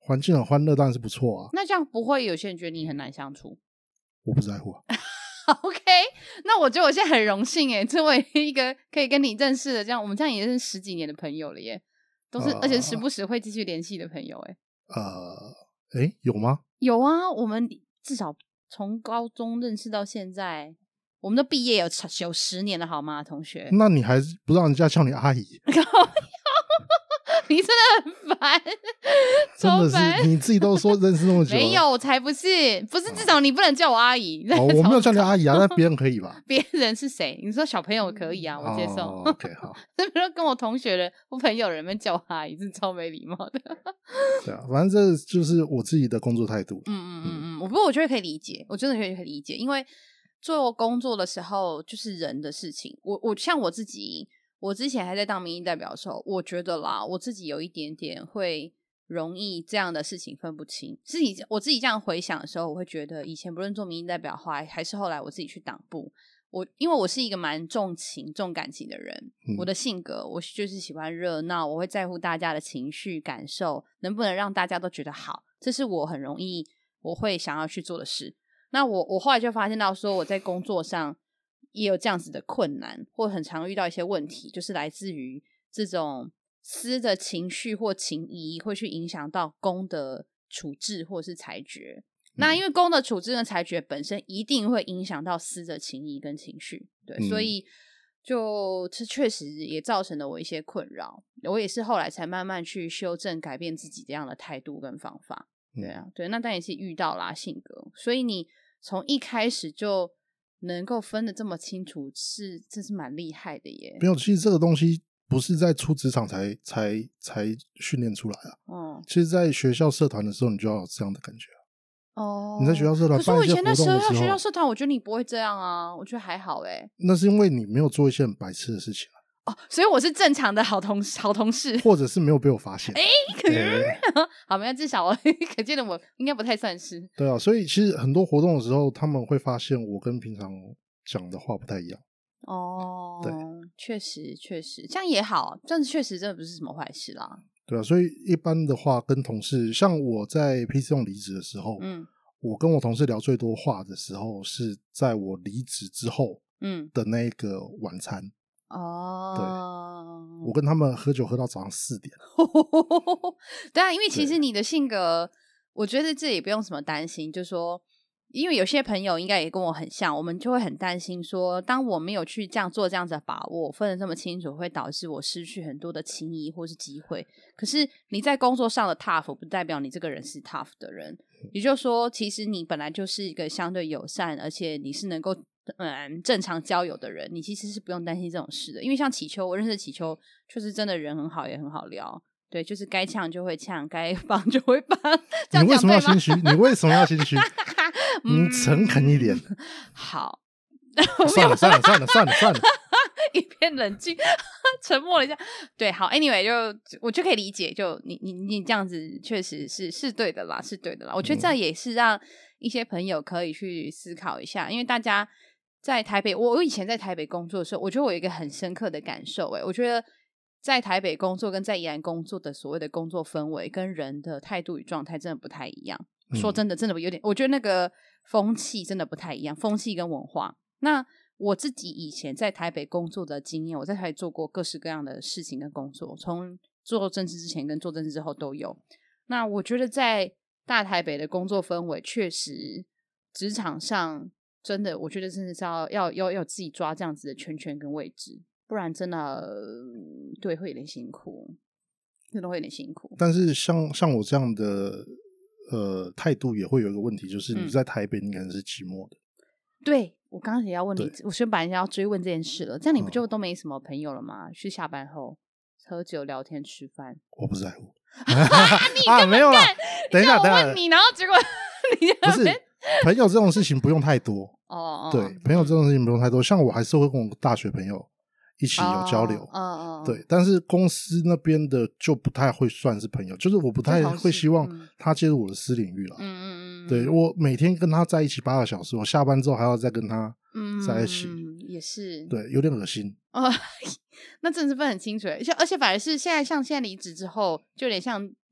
环境很欢乐当然是不错啊。 那这样不会有些人觉得你很难相处？ 我不在乎啊。 OK， 那我觉得我现在很荣幸耶，作为一个可以跟你认识的这样，我们这样也是10几年的朋友了耶，都是而且时不时会继续联系的朋友耶。 有吗？ 有啊，我们至少从高中认识到现在，我们都毕业有10年了好吗，同学？ 那你还不让人家叫你阿姨？ 你真的很烦， 真的是你自己都说认识那么久了。 没有，我才不是，至少你不能叫我阿姨。 我没有叫你阿姨啊，但别人可以吧？ 别人是谁？你说小朋友可以啊，我接受。 OK， 好。 那比如跟我同学的或朋友的人们叫我阿姨，是超没礼貌的。 对啊，反正这就是我自己的工作态度。 不过我觉得可以理解，我真的可以理解，因为做工作的时候就是人的事情。我像我自己。我之前还在当民意代表的时候，我觉得啦，我自己有一点点会容易这样的事情分不清。我自己这样回想的时候，我会觉得以前不论做民意代表还是后来我自己去党部，因为我是一个蛮重情重感情的人，我的性格我就是喜欢热闹，我会在乎大家的情绪感受，能不能让大家都觉得好，这是我很容易我会想要去做的事。那我后来就发现到说，我在工作上也有这样子的困难，或很常遇到一些问题，就是来自于这种私的情绪或情谊会去影响到公的处置或是裁决。那因为公的处置跟裁决本身一定会影响到私的情谊跟情绪，对，所以就这确实也造成了我一些困扰。我也是后来才慢慢去修正改变自己这样的态度跟方法。对啊，对，那当然也是遇到啦性格，所以你从一开始就能够分得这么清楚，这是蛮厉害的耶。 没有，其实这个东西不是在出职场才训练出来啊。其实在学校社团的时候，你就要有这样的感觉你在学校社团办一些活动的时候，可是我以前在学校社团，我觉得你不会这样啊，我觉得还好耶。 那是因为你没有做一些很白痴的事情所以我是正常的好同事， 或者是没有被我发现。 好，没有，至少可见的我应该不太算是。 对啊，所以其实很多活动的时候，他们会发现我跟平常讲的话不太一样。 对，确实这样也好，这样确实真的不是什么坏事啦。 对啊，所以一般的话跟同事，像我在 PC 用离职的时候，我跟我同事聊最多话的时候是在我离职之后的那个晚餐。对，我跟他们喝酒喝到早上4点。 对啊，因为其实你的性格，我觉得这也不用什么担心，就是说，因为有些朋友应该也跟我很像，我们就会很担心说，当我没有去这样做这样子的把握，分得这么清楚，会导致我失去很多的情谊或是机会。可是你在工作上的 tough 不代表你这个人是 tough 的人，也就是说，其实你本来就是一个相对友善，而且你是能够正常交友的人，你其实是不用担心这种事的。因为像启秋，我认识启秋，确实真的人很好，也很好聊。对，就是该呛就会呛，该帮就会帮。 你为什么要心虚？你为什么要心虚？你诚恳一点。 好， 算了， 一片冷静，沉默了一下。对，好 ，anyway， 我就可以理解，就你这样子确实是对的啦，是对的啦。我觉得这也是让一些朋友可以去思考一下，因为大家在台北，我以前在台北工作的时候，我觉得我有一个很深刻的感受，我觉得在台北工作跟在宜兰工作的所谓的工作氛围跟人的态度与状态真的不太一样。说真的有点，我觉得那个风气真的不太一样，风气跟文化。那我自己以前在台北工作的经验，我在台北做过各式各样的事情跟工作，从做政治之前跟做政治之后都有。那我觉得在大台北的工作氛围，确实职场上真的，我觉得真的是要自己抓这样子的圈跟位置，不然真的对会有点辛苦，真的会有点辛苦。 但是像我这样的态度也会有一个问题，就是你在台北你可能是寂寞的。 对，我刚刚也要问你，我先本来要追问这件事了，这样你不就都没什么朋友了吗？去下班后喝酒聊天吃饭， 我不在乎。 你没有啦，等一下， 我问你，然后结果你不是朋友这种事情不用太多对，朋友这种事情不用太多，像我还是会跟我大学朋友一起有交流，对，但是公司那边的就不太会算是朋友，就是我不太会希望他介入我的私领域了。对，我每天跟他在一起8个小时，我下班之后还要再跟他在一起， 也是， 对，有点恶心。 那真的是分很清楚，而且反而是像现在离职之后，就有点像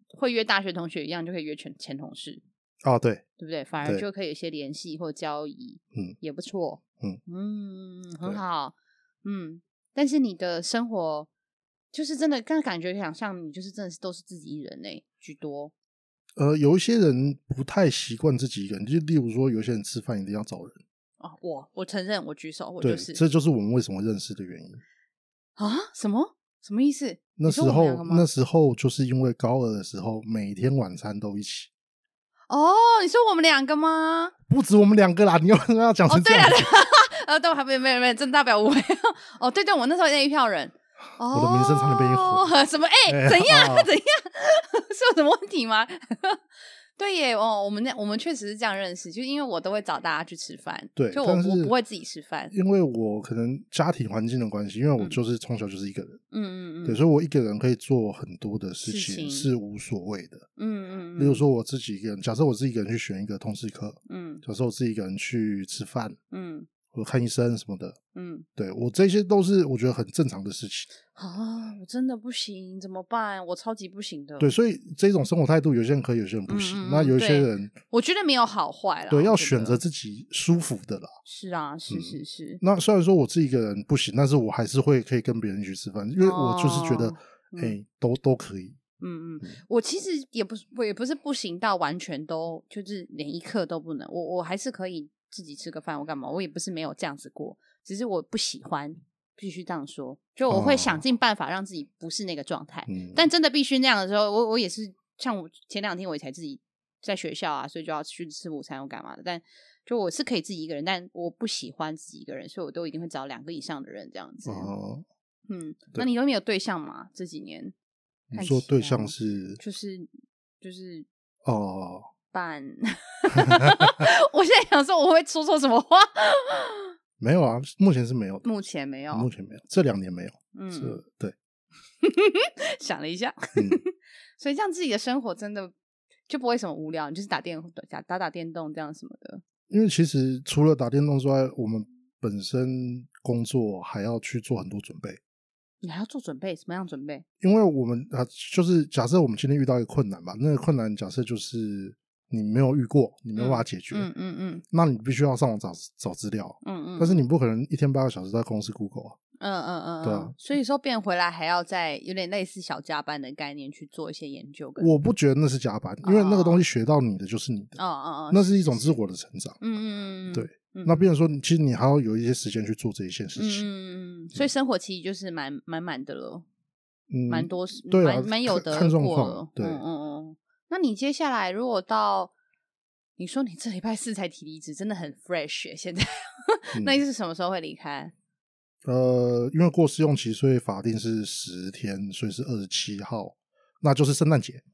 会约大学同学一样，就可以约前同事。 哦，对， 对不对？反而就可以有一些联系或交易，也不错，很好，但是你的生活就是真的，刚感觉想象你就是真的是都是自己一人居多。 有一些人不太习惯自己一个人，就例如说有些人吃饭一定要找人。 我承认，我举手，我就是。 这就是我们为什么认识的原因啊？什么意思？ 那时候就是因为高二的时候，每天晚餐都一起。 你说我们2个吗？ 不止我们2个啦，你为什么要讲成这样？ 对，没有，真大表误会。对，我那时候那一票人。 我的名声差点被你毁。 什么？怎样？怎样？是有什么问题吗？对耶，我们确实是这样认识，就因为我都会找大家去吃饭， 对， 就我不会自己吃饭， 因为我可能家庭环境的关系，因为我就是从小就是一个人，对，所以我一个人可以做很多的事情是无所谓的，例如说我自己一个人，假设我自己一个人去选一个通识课，假设我自己一个人去吃饭，或看医生什么的，对，我这些都是我觉得很正常的事情。 我真的不行，怎么办？我超级不行的。 对，所以这种生活态度，有些人可以，有些人不行。那有一些人， 我觉得没有好坏啦。 对，要选择自己舒服的啦。 是啊，是。 那虽然说我自己一个人不行，但是我还是可以跟别人一起吃饭，因为我就是觉得，都可以。 我其实也不是不行到完全都就是连一刻都不能，我还是可以自己吃个饭，我干嘛？我也不是没有这样子过，只是我不喜欢，必须这样说。就我会想尽办法让自己不是那个状态，但真的必须那样的时候，我也是像我前2天我也才自己在学校啊，所以就要去吃午餐或干嘛的。但就我是可以自己一个人，但我不喜欢自己一个人，所以我都一定会找2个以上的人这样子。那你有没有对象吗？这几年？ 你说对象是就是伴我现在想说我会说错什么话。 没有啊，目前是没有的。 目前没有， 这2年没有。对。 想了一下，所以这样自己的生活真的就不会什么无聊，你就是打电动这样什么的。因为其实除了打电动之外，我们本身工作还要去做很多准备。 你还要做准备？什么样准备？ 因为我们就是假设我们今天遇到一个困难吧，那个困难假设就是你没有遇过，你没有办法解决，那你必须要上网找资料，但是你不可能1天8个小时在公司 Google 啊，对啊， 所以说变回来还要在有点类似小加班的概念去做一些研究。 我不觉得那是加班，因为那个东西学到你的就是你的，那是一种自我的成长，对。那变成说其实你还要有一些时间去做这一件事情， 所以生活其实就是满的了，蛮多， 对啊， 蛮有的看状况，对， 那你接下来如果到你说你这礼拜4才提离职，真的很 fresh 现在那你是什么时候会离开？ 因为过试用期，所以法定是10天，所以是27号，那就是圣诞节。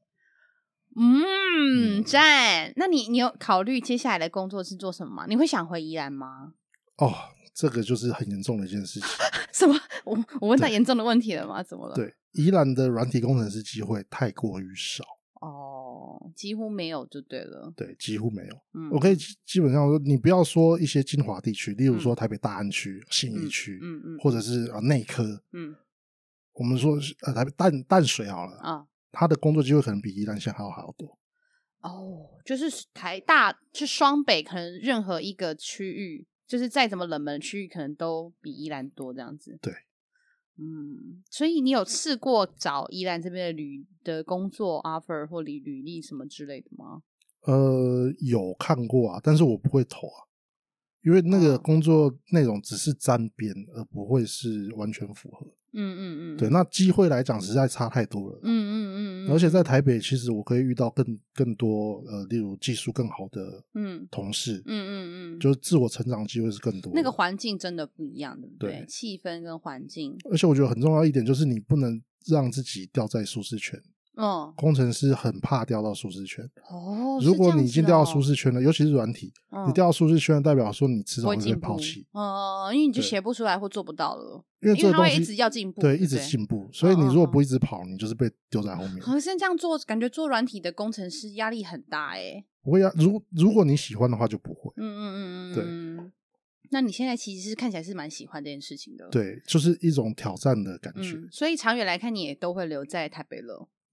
赞。那你有考虑接下来的工作是做什么吗？你会想回宜兰吗？ 这个就是很严重的一件事情。 什么？我问到严重的问题了吗？怎么了？ 对，宜兰的软体工程师机会太过于少。 几乎没有就对了。 对，几乎没有。我可以基本上说，你不要说一些精华地区，例如说台北大安区、信义区，或者是内科，我们说台北淡水好了，他的工作机会可能比宜兰县还要多。 就是台大是双北，可能任何一个区域，就是再怎么冷门的区域，可能都比宜兰多这样子。 对， 所以你有试过找宜兰这边的工作 offer 或履历什么之类的吗？ 有看过啊，但是我不会投啊，因为那个工作内容只是沾边，而不会是完全符合。对，那机会来讲实在差太多了。而且在台北，其实我可以遇到更多例如技术更好的同事。就是自我成长机会是更多的。 那个环境真的不一样，对不对？对，气氛跟环境。 而且我觉得很重要一点就是你不能让自己掉在舒适圈。工程师很怕掉到舒适圈。如果你已经掉到舒适圈了，尤其是软体，你掉到舒适圈代表说你迟早会被抛弃。 因为你就写不出来或做不到了。 因为这个东西它会一直要进步， 对，一直进步。所以你如果不一直跑，你就是被丢在后面。 可是这样做，感觉做软体的工程师压力很大不会啊，如果你喜欢的话就不会。对。 那你现在其实是看起来是蛮喜欢这件事情的。 对，就是一种挑战的感觉。 所以长远来看，你也都会留在台北了。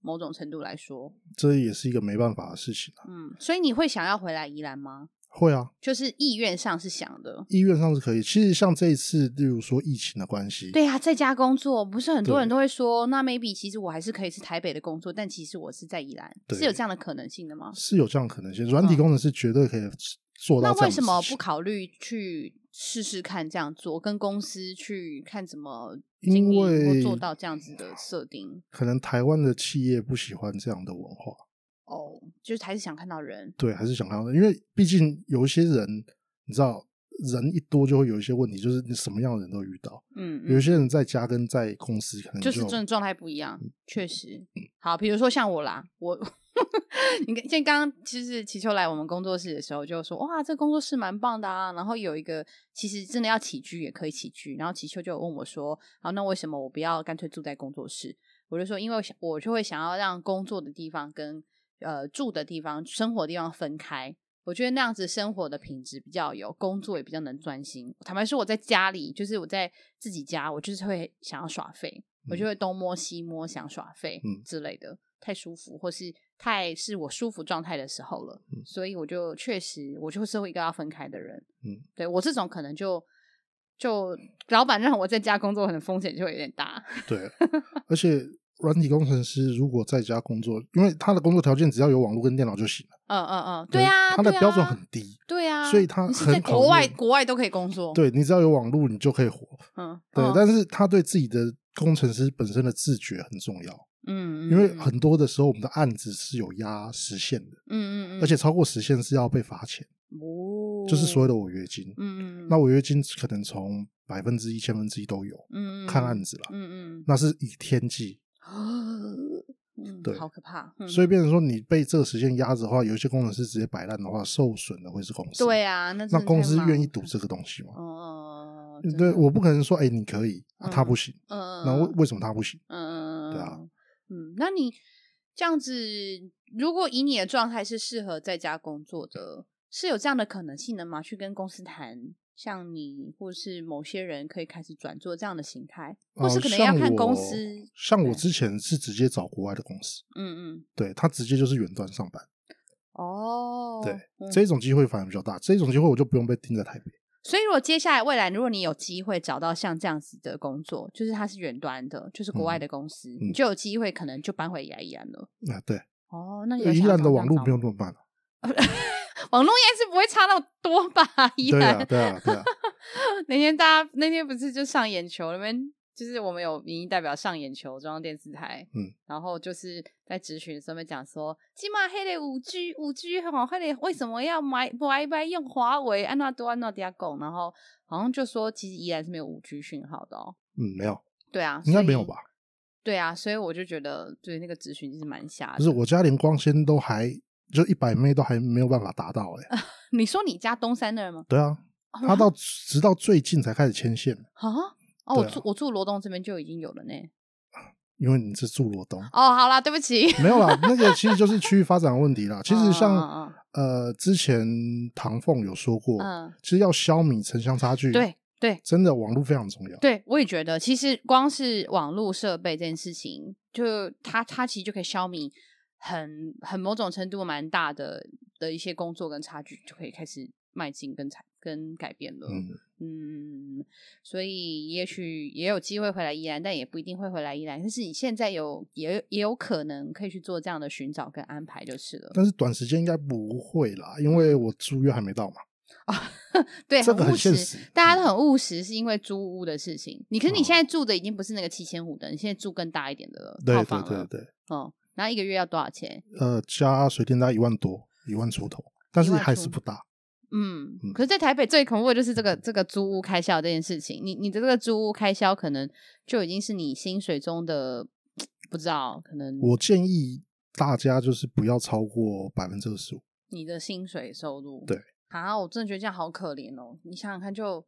某种程度来说， 这也是一个没办法的事情啊。 所以你会想要回来宜兰吗？ 会啊， 就是意愿上是想的， 意愿上是可以。其实像这一次，例如说疫情的关系， 对啊，在家工作，不是很多人都会说，那 maybe 其实我还是可以是台北的工作，但其实我是在宜兰，是有这样的可能性的吗？ 是有这样的可能性，软体工程师绝对可以做到这样的事情。 那为什么不考虑去试试看这样做，跟公司去看怎么经营或做到这样子的设定？ 可能台湾的企业不喜欢这样的文化。 就是还是想看到人， 对，还是想看到人，因为毕竟有一些人，你知道，人一多就会有一些问题，就是你什么样的人都遇到。有一些人在家跟在公司可能就是真的状态不一样，确实。好，比如说像我啦，你看，像刚刚其实祈求来我们工作室的时候就说，哇，这工作室蛮棒的啊。然后有一个其实真的要起居也可以起居，然后祈求就有问我说，好，那为什么我不要干脆住在工作室？我就说，因为我就会想要让工作的地方跟住的地方、生活的地方分开。我觉得那样子生活的品质比较有，工作也比较能专心。坦白说，我在家里，就是我在自己家，我就是会想要耍废，我就会东摸西摸，想耍废之类的，太舒服，或是太是我舒服状态的时候了。所以我就确实，我就是一个要分开的人。对，我这种可能就老板让我在家工作，可能风险就会有点大。 对，而且软体工程师如果在家工作，因为他的工作条件只要有网络跟电脑就行了。 对啊， 他的标准很低。 对啊， 所以他很在国外都可以工作。 对，你只要有网络，你就可以活。对，但是他对自己的工程师本身的自觉很重要。因为很多的时候我们的案子是有压时限的。而且超过时限是要被罚钱。就是所谓的违约金。那违约金可能从1%、1000%都有。看案子啦。那是以天计。对， 好可怕。 所以变成说你被这个时间压着的话，有一些工程师直接摆烂的话，受损的会是公司。 对啊，那公司愿意赌这个东西吗？对，我不可能说你可以，他不行。那为什么他不行？对啊。 那你这样子，如果以你的状态是适合在家工作的，是有这样的可能性的吗？去跟公司谈，像你或是某些人可以开始转做这样的形态，或是可能要看公司。 像我之前是直接找国外的公司。对，他直接就是远端上班。对，这种机会反而比较大，这种机会我就不用被盯在台北。 所以如果接下来未来如果你有机会找到像这样子的工作，就是它是远端的，就是国外的公司，你就有机会可能就搬回宜兰了。 对。 那宜兰的网络不用那么慢。 网络应该是不会差那么多吧？宜兰。 对啊。 那天不是就上眼球那边，就是我们有民意代表上眼球中央电视台。然后就是在质询的时候讲说，现在那个5G 那个为什么要买用华为安那多安那底下讲，然后好像就说其实宜兰是没有5G 讯号的。 没有。 对啊， 应该没有吧？ 对啊，所以我就觉得对那个质询其实蛮瞎的。 不是，我家连光纤都还就100M都还没有办法达到。 你说你家东山那儿吗？ 对啊，他直到最近才开始牵线。 我住罗东这边就已经有了呢。 因为你是住罗东。 好啦，对不起。 没有啦，那个其实就是区域发展的问题啦。其实像之前唐凤有说过，其实要消弭城乡差距。对，真的网络非常重要。 对，我也觉得，其实光是网络设备这件事情，就它其实就可以消弭很某种程度蛮大的一些工作跟差距，就可以开始迈进跟改变了。所以也许也有机会回来宜兰，但也不一定会回来宜兰。但是你现在也有可能可以去做这样的寻找跟安排就是了。 但是短时间应该不会啦，因为我租约还没到嘛。 对， 这个很务实， 大家都很务实，是因为租屋的事情。可是你现在住的已经不是那个7500的，你现在住更大一点的套房了。对。然后一个月要多少钱？ 加水电大概1万多，1万出头，但是还是不大。 可是在台北最恐怖的就是这个租屋开销这件事情。你的这个租屋开销可能就已经是你薪水中的不知道，可能我建议大家就是不要超过25%。 你的薪水收入。 对。 我真的觉得这样好可怜哦！你想想看，就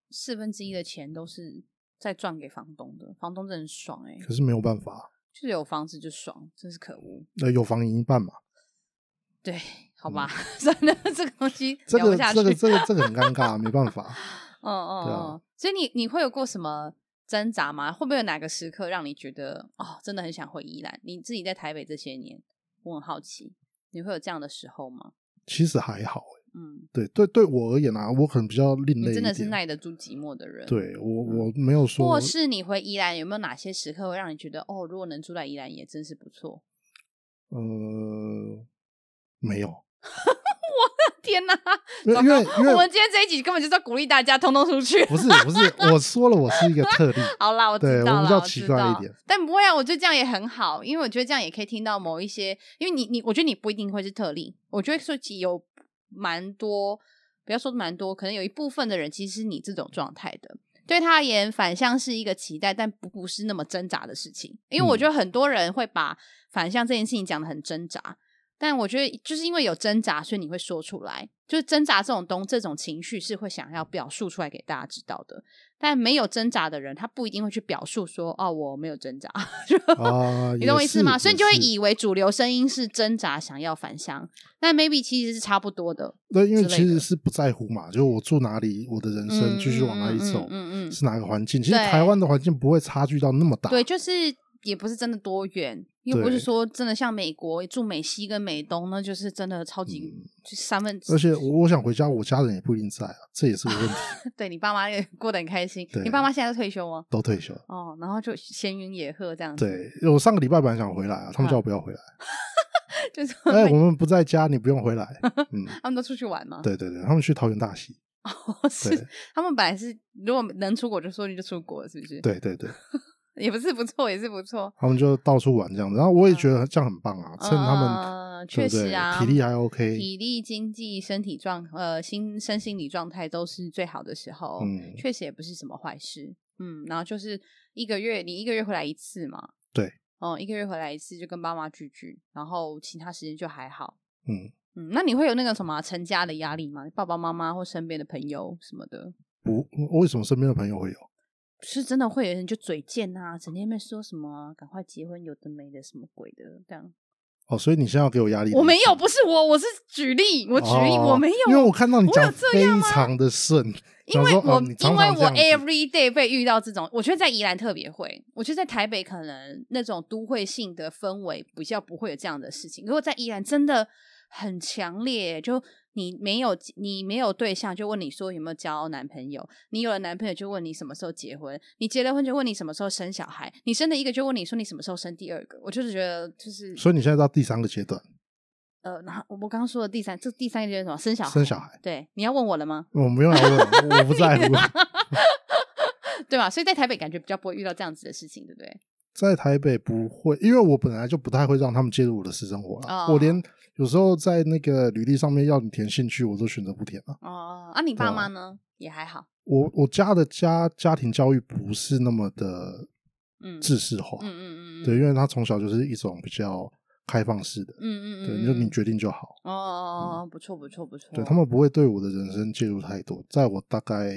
1/4的钱都是在赚给房东的，房东真的很爽可是没有办法， 就是有房子就爽，真是可恶。 有房赢一半嘛。 对，好吧，算了，这个东西聊不下去。 这个很尴尬，没办法。 对啊。所以你会有过什么挣扎吗？会不会有哪个时刻让你觉得真的很想回宜兰？你自己在台北这些年，我很好奇，你会有这样的时候吗？ 其实还好对我而言啊，我可能比较另类一点。 你真的是耐得住寂寞的人。 对我没有说。 或是你回宜兰有没有哪些时刻会让你觉得如果能住在宜兰也真是不错？ 没有。 我的天哪！ 因为我们今天这一集根本就是要鼓励大家通通出去。 不是，我说了我是一个特例。 好啦，我知道了， 我比较奇怪一点。 但不会啊，我觉得这样也很好，因为我觉得这样也可以听到某一些，因为我觉得你不一定会是特例，我觉得说起有蛮多，不要说蛮多，可能有一部分的人其实是你这种状态的。对他而言，返乡是一个期待，但不是那么挣扎的事情。因为我觉得很多人会把返乡这件事情讲得很挣扎，但我觉得就是因为有挣扎，所以你会说出来。就是挣扎这种情绪是会想要表述出来给大家知道的。但没有挣扎的人，他不一定会去表述说我没有挣扎。你懂我意思吗？所以你就会以为主流声音是挣扎想要返乡，但 maybe 其实是差不多的。 对，因为其实是不在乎嘛，就我住哪里，我的人生继续往哪里走，是哪个环境。其实台湾的环境不会差距到那么大。 对，就是也不是真的多远，又不是说真的像美国住美西跟美东，那就是真的超级就3分之。 而且我想回家，我家人也不一定在啊，这也是个问题。 对，你爸妈也过得很开心。你爸妈现在都退休吗？ 都退休然后就闲云野鹤这样子。 对，我上个礼拜本来想回来他们叫我不要回来。 就是我们不在家，你不用回来。 他们都出去玩吗？ 对，他们去桃园大溪。 是他们本来是如果能出国就说你就出国，是不是？ 对也不是不错，也是不错。 他们就到处玩这样子，然后我也觉得这样很棒啊，趁他们确实啊， 体力还 OK， 体力、经济、身体身心理状态都是最好的时候，确实也不是什么坏事。然后就是你一个月回来一次嘛， 对， 一个月回来一次就跟爸妈聚，然后其他时间就还好。那你会有那个什么成家的压力吗？爸爸妈妈或身边的朋友什么的？ 不，为什么身边的朋友会有？ 是真的会有人就嘴贱啊，整天在说什么赶快结婚有的没的什么鬼的这样。 所以你现在要给我压力？ 我没有，不是我是举例，我没有， 因为我看到你讲非常的顺， 因为我 every day 被遇到这种，我觉得在宜兰特别会，我觉得在台北可能那种都会性的氛围比较不会有这样的事情，如果在宜兰真的很强烈，就你没有对象就问你说有没有交男朋友，你有了男朋友就问你什么时候结婚，你结了婚就问你什么时候生小孩，你生了一个就问你说你什么时候生第二个。我就是觉得就是所以你现在到第3个阶段。 我刚刚说的第三个阶段是什么？生小孩。对，你要问我了吗？ 我没有要问，我不在乎。 对吧？所以在台北感觉比较不会遇到这样子的事情，对不对？ 在台北不会，因为我本来就不太会让他们介入我的私生活啦。我连有时候在那个履历上面要你填兴趣，我都选择不填了。 你爸妈呢？也还好。 我家的家庭教育不是那么的制式化。对，因为他从小就是一种比较开放式的。对，就你决定就好。 不错。 对，他们不会对我的人生介入太多。在我大概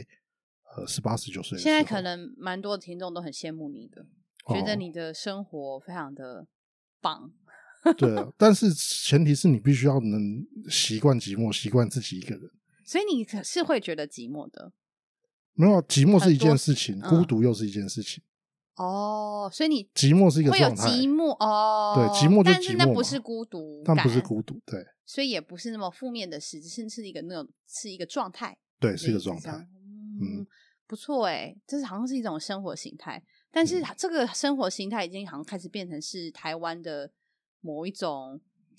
18、19岁的时候， 现在可能蛮多的听众都很羡慕你的，觉得你的生活非常的棒。 对啊，但是前提是你必须要能习惯寂寞，习惯自己一个人。 所以你是会觉得寂寞的？ 没有，寂寞是一件事情，孤独又是一件事情。 所以你寂寞是一个状态， 会有寂寞对，寂寞就寂寞嘛， 但是那不是孤独感， 但不是孤独，对， 所以也不是那么负面的事，只是一个是一个状态， 对，是一个状态。 不错这是好像是一种生活形态，但是这个生活形态已经好像开始变成是台湾的某一种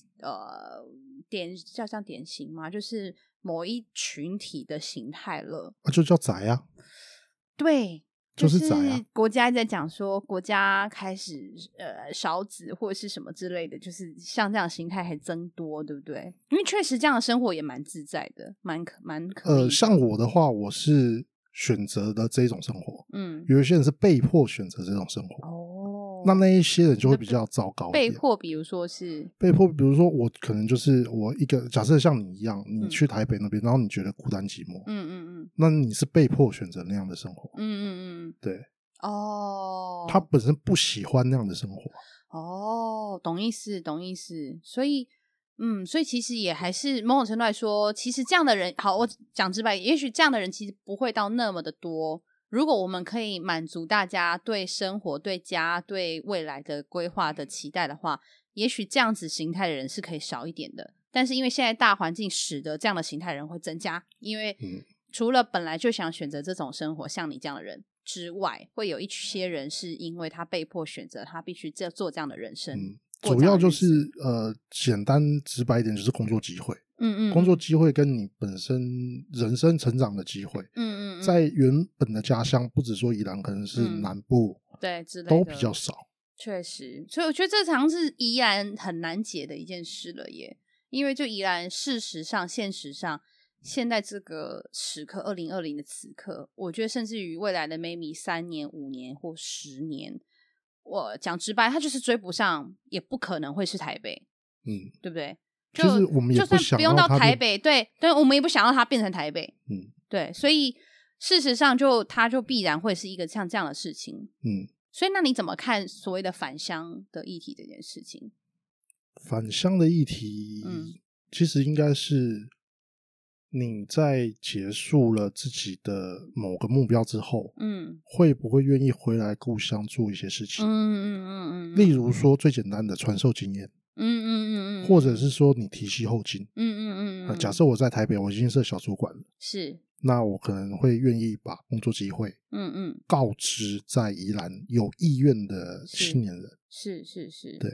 叫典型嘛，就是某一群体的形态了， 就叫宅啊。 对， 就是宅啊。 国家在讲说国家开始少子或者是什么之类的，就是像这样的形态还增多，对不对？因为确实这样的生活也蛮自在的，蛮可以。 像我的话，我是选择的这种生活，有一些人是被迫选择这种生活。那一些人就会比较糟糕一点。 被迫，比如说比如说我可能就是我一个假设像你一样，你去台北那边，然后你觉得孤单寂寞，那你是被迫选择那样的生活，对，他本身不喜欢那样的生活， 懂意思，所以其实也还是某种程度来说，其实这样的人，好，我讲直白，也许这样的人其实不会到那么的多， 如果我们可以满足大家对生活、对家、对未来的规划的期待的话，也许这样子形态的人是可以少一点的。但是因为现在大环境使得这样的形态的人会增加，因为除了本来就想选择这种生活像你这样的人之外，会有一些人是因为他被迫选择他必须做这样的人生。 主要就是简单直白一点就是工作机会。工作机会跟你本身人生成长的机会。在原本的家乡，不只说宜兰，可能是南部， 对之类的都比较少。 确实，所以我觉得这常是宜兰很难解的一件事了耶。因为就宜兰事实上现实上现在这个时刻2020的此刻，我觉得甚至于未来的 maybe 3年5年或10年，我讲直白，他就是追不上，也不可能会是台北。对不对？ 其实我们也就算不用到台北，对，但我们也不想要它变成台北。对，所以事实上它就必然会是一个像这样的事情。所以那你怎么看所谓的返乡的议题这件事情？ 返乡的议题，其实应该是你在结束了自己的某个目标之后，会不会愿意回来故乡做一些事情？例如说最简单的传授经验，或者是说你提携后进，假设我在台北，我已经是小主管了， 是，那我可能会愿意把工作机会，告知在宜兰有意愿的青年人， 是， 对，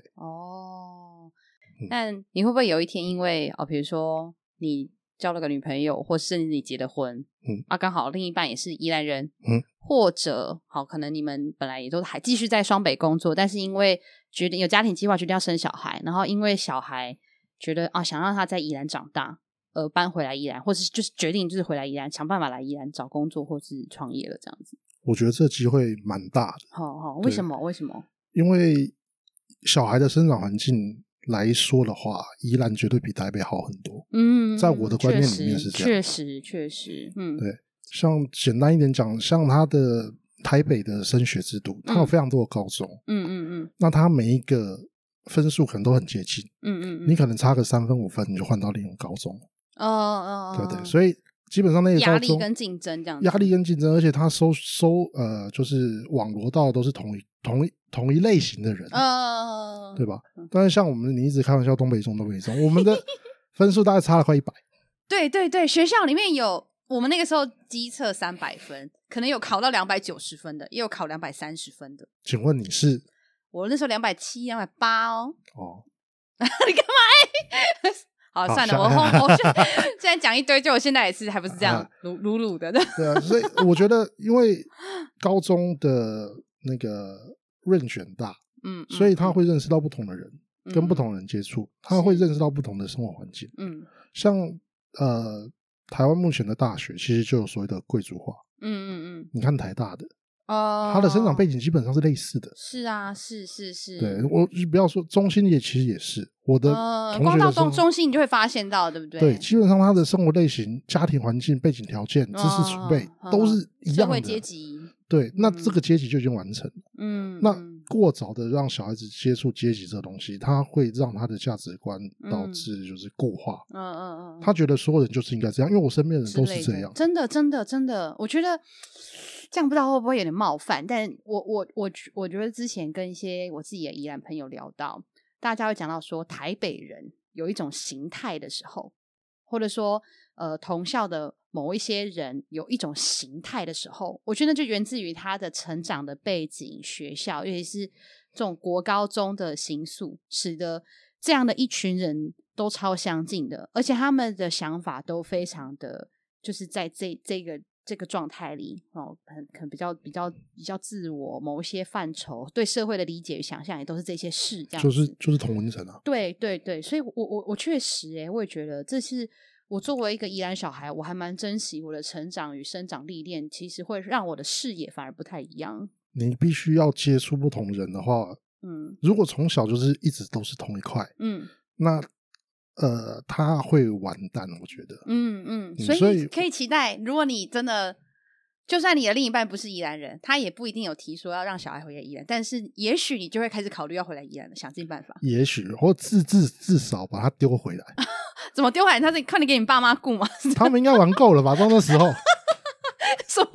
但你会不会有一天因为比如说你交了个女朋友，或甚至你结了婚，刚好另一半也是宜兰人，或者可能你们本来也都还继续在双北工作，但是因为决定有家庭计划，决定要生小孩，然后因为小孩觉得想让他在宜兰长大，而搬回来宜兰，或是就是决定就是回来宜兰，想办法来宜兰找工作或是创业了这样子。 我觉得这机会蛮大的。 为什么？ 因为小孩的生长环境来说的话，宜兰绝对比台北好很多。在我的观念里面是这样。 确实， 对，像简单一点讲，像他的台北的升学制度，它有非常多的高中，那它每一个分数可能都很接近，你可能差个3分5分，你就换到另一个高中，对不对？所以基本上那个高中压力跟竞争这样子， 压力跟竞争，而且他就是网罗到都是同一类型的人，对吧？但是像你一直开玩笑东北中，我们的分数大概差了快100。 对，学校里面有我们那个时候基测300分，可能有考到290分的，也有考230分的。 请问你是？ 我那时候270、280哦。你干嘛？好，算了，我现在讲一堆，就我现在也是还不是这样鲁的。 对啊，所以我觉得，因为高中的那个range很大，所以他会认识到不同的人，跟不同的人接触，他会认识到不同的生活环境。像台湾目前的大学其实就有所谓的贵族化。你看台大的。他的生长背景基本上是类似的。 是啊，是。 对，我不要说中心其实也是我的同学的光到中心你就会发现到，对不对？ 对，基本上他的生活类型、家庭环境、背景条件、知识储备都是一样的。社会阶级。 对，那这个阶级就已经完成了。那过早的让小孩子接触阶级这个东西，他会让他的价值观导致就是固化。他觉得所有人就是应该这样，因为我身边的人都是这样。 真的，我觉得这样不知道会不会有点冒犯，但我觉得之前跟一些我自己的宜兰朋友聊到，大家会讲到说台北人有一种形态的时候，或者说同校的某一些人有一种形态的时候，我觉得就源自于他的成长的背景、学校，尤其是这种国高中的形塑，使得这样的一群人都超相近的，而且他们的想法都非常的就是在这个状态里可能比较自我，某一些范畴对社会的理解与想象也都是这些事，这样子就是同温层啊。 对，所以我确实我也觉得这是我作为一个宜兰小孩，我还蛮珍惜我的成长与生长历练，其实会让我的视野反而不太一样。 你必须要接触不同人的话，如果从小就是一直都是同一块，那他会完蛋，我觉得。 所以可以期待，如果你真的，就算你的另一半不是宜兰人，他也不一定有提说要让小孩回来宜兰，但是也许你就会开始考虑要回来宜兰了，想尽办法。 也许或至少把他丢回来。 怎么丢回来？他是看你给你爸妈顾吗？ 他们应该玩够了吧？到那时候。 什么？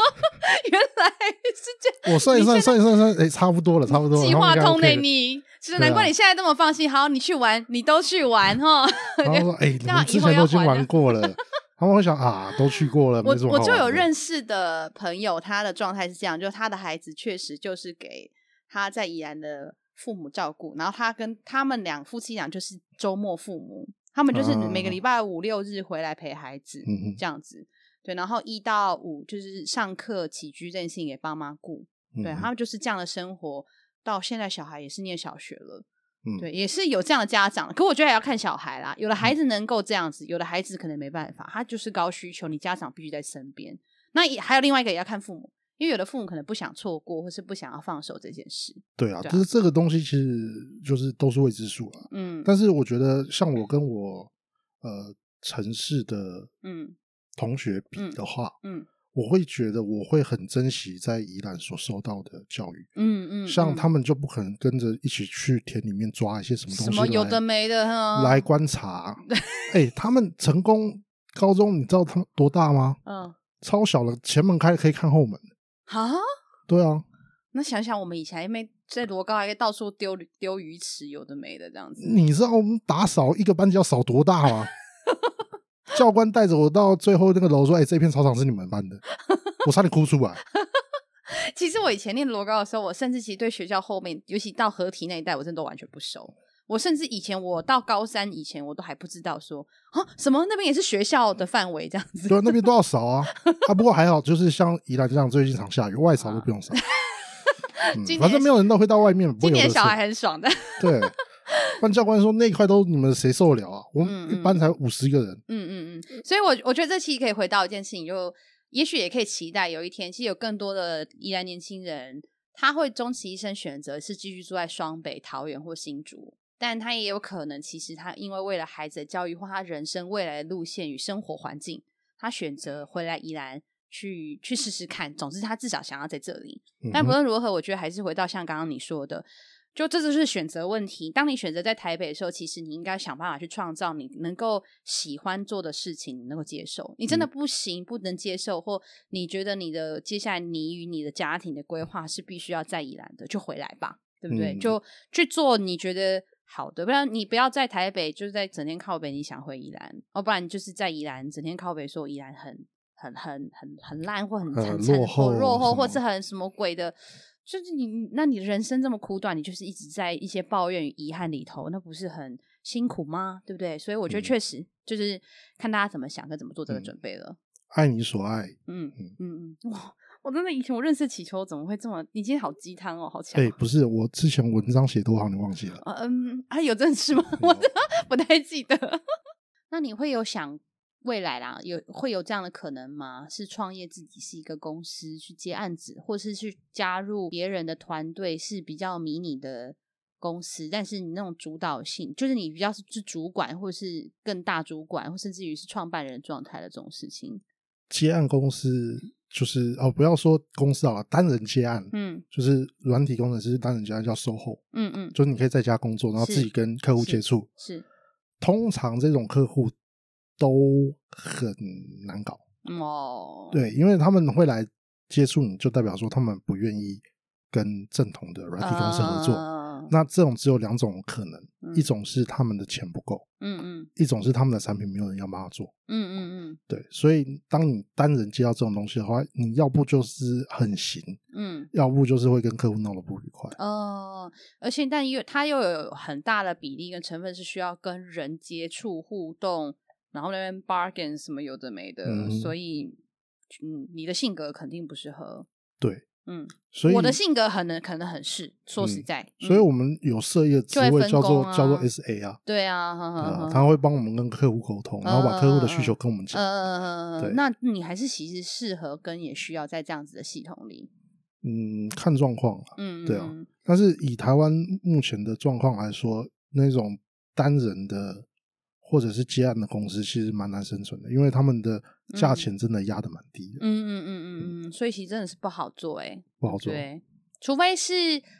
原来是这样， 我算一算，差不多了，差不多了。 计划通的你， 其实难怪你现在这么放心。好，你去玩，你都去玩哈。 然后说，你们之前都已经玩过了。他们会想啊，都去过了，没什么好玩的。 我就有认识的朋友，他的状态是这样，就他的孩子确实就是给他在宜兰的父母照顾，然后他跟他们夫妻俩就是周末父母，他们就是每个礼拜5、6日回来陪孩子，这样子。对，然后1到5就是上课起居任性给爸妈顾，对，他们就是这样的生活，到现在小孩也是念小学了。对，也是有这样的家长，可我觉得也要看小孩啦。有的孩子能够这样子，有的孩子可能没办法，他就是高需求，你家长必须在身边。那还有另外一个也要看父母，因为有的父母可能不想错过，或是不想要放手这件事。 对啊，就是这个东西其实就是都是未知数啦。但是我觉得像我跟我城市的同学比的话，我会觉得我会很珍惜在宜兰所受到的教育。像他们就不可能跟着一起去田里面抓一些什么东西，什么有的没的来观察。他们成功高中，你知道他们多大吗？超小的，前门开可以看后门啊。 对啊， 那想想我们以前因为在罗高还可以到处丢鱼池，有的没的这样子。 你知道我们打扫一个班级要扫多大吗？教官带着我到最后那个楼说：“这片操场是你们班的。”我差点哭出来。 其实我以前念罗高的时候，我甚至其实对学校后面，尤其到河堤那一带，我真的都完全不熟。我甚至以前我到高3以前，我都还不知道说什么那边也是学校的范围这样子。 对，那边都要扫啊。不过还好，就是像宜兰这样最近常下雨，外扫都不用扫。反正没有人都会到外面。 今年小孩很爽的。 对。不然教官说那一块都你们谁受得了啊？我们一班才50个人。 所以我觉得这期可以回到一件事情，就也许也可以期待有一天，其实有更多的宜兰年轻人，他会终其一生选择是继续住在双北、桃园或新竹，但他也有可能，其实他因为为了孩子的教育或他人生未来的路线与生活环境，他选择回来宜兰去试试看。总之他至少想要在这里。但不论如何，我觉得还是回到像刚刚你说的，就这就是选择问题。当你选择在台北的时候，其实你应该想办法去创造你能够喜欢做的事情，你能够接受。你真的不行，不能接受，或你觉得你的接下来你与你的家庭的规划是必须要在宜兰的，就回来吧，对不对？就去做你觉得好的，不然你不要在台北就是在整天靠北，你想回宜兰，不然你就是在宜兰整天靠北说宜兰很烂或很落后或是很什么鬼的。就是那你人生这么苦短，你就是一直在一些抱怨与遗憾里头，那不是很辛苦吗？对不对？所以我觉得确实就是看大家怎么想跟怎么做这个准备了。 爱你所爱。 哇，我真的以前我认识祈求怎么会这么？你今天好鸡汤哦，好强。 不是，我之前文章写多好，你忘记了？ 有这事吗？我不太记得。那你会有想未来啦，会有这样的可能吗？是创业自己是一个公司去接案子，或是去加入别人的团队，是比较迷你的公司，但是你那种主导性，就是你比较是主管，或是更大主管，或甚至于是创办人状态的这种事情。 接案公司就是不要说公司好了，单人接案，就是软体工程师单人接案叫 SOHO，就是你可以在家工作，然后自己跟客户接触。是，通常这种客户都很难搞对，因为他们会来接触你，就代表说他们不愿意跟正统的软体公司合作。那这种只有2种可能，一种是他们的钱不够，一种是他们的产品没有人要帮他做。对，所以当你单人接到这种东西的话，你要不就是很行，要不就是会跟客户闹得不愉快。 而且它又有很大的比例跟成分是需要跟人接触互动，然后那边 bargain 什么有的没的，所以你的性格肯定不适合。 对，所以我的性格可能很是，说实在， 所以我们有设一个职位叫做 SA 啊。 对啊， 他会帮我们跟客户沟通，然后把客户的需求跟我们讲。 对，那你还是其实适合跟也需要在这样子的系统里。 看状况对啊。但是以台湾目前的状况来说，那种单人的或者是接案的公司其实蛮难生存的，因为他们的价钱真的压得蛮低的。 所以其实真的是不好做不好做。 对，除非是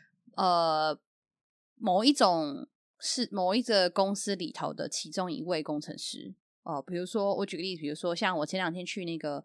某一个公司里头的其中一位工程师比如说我举个例子，比如说像我前2天去那个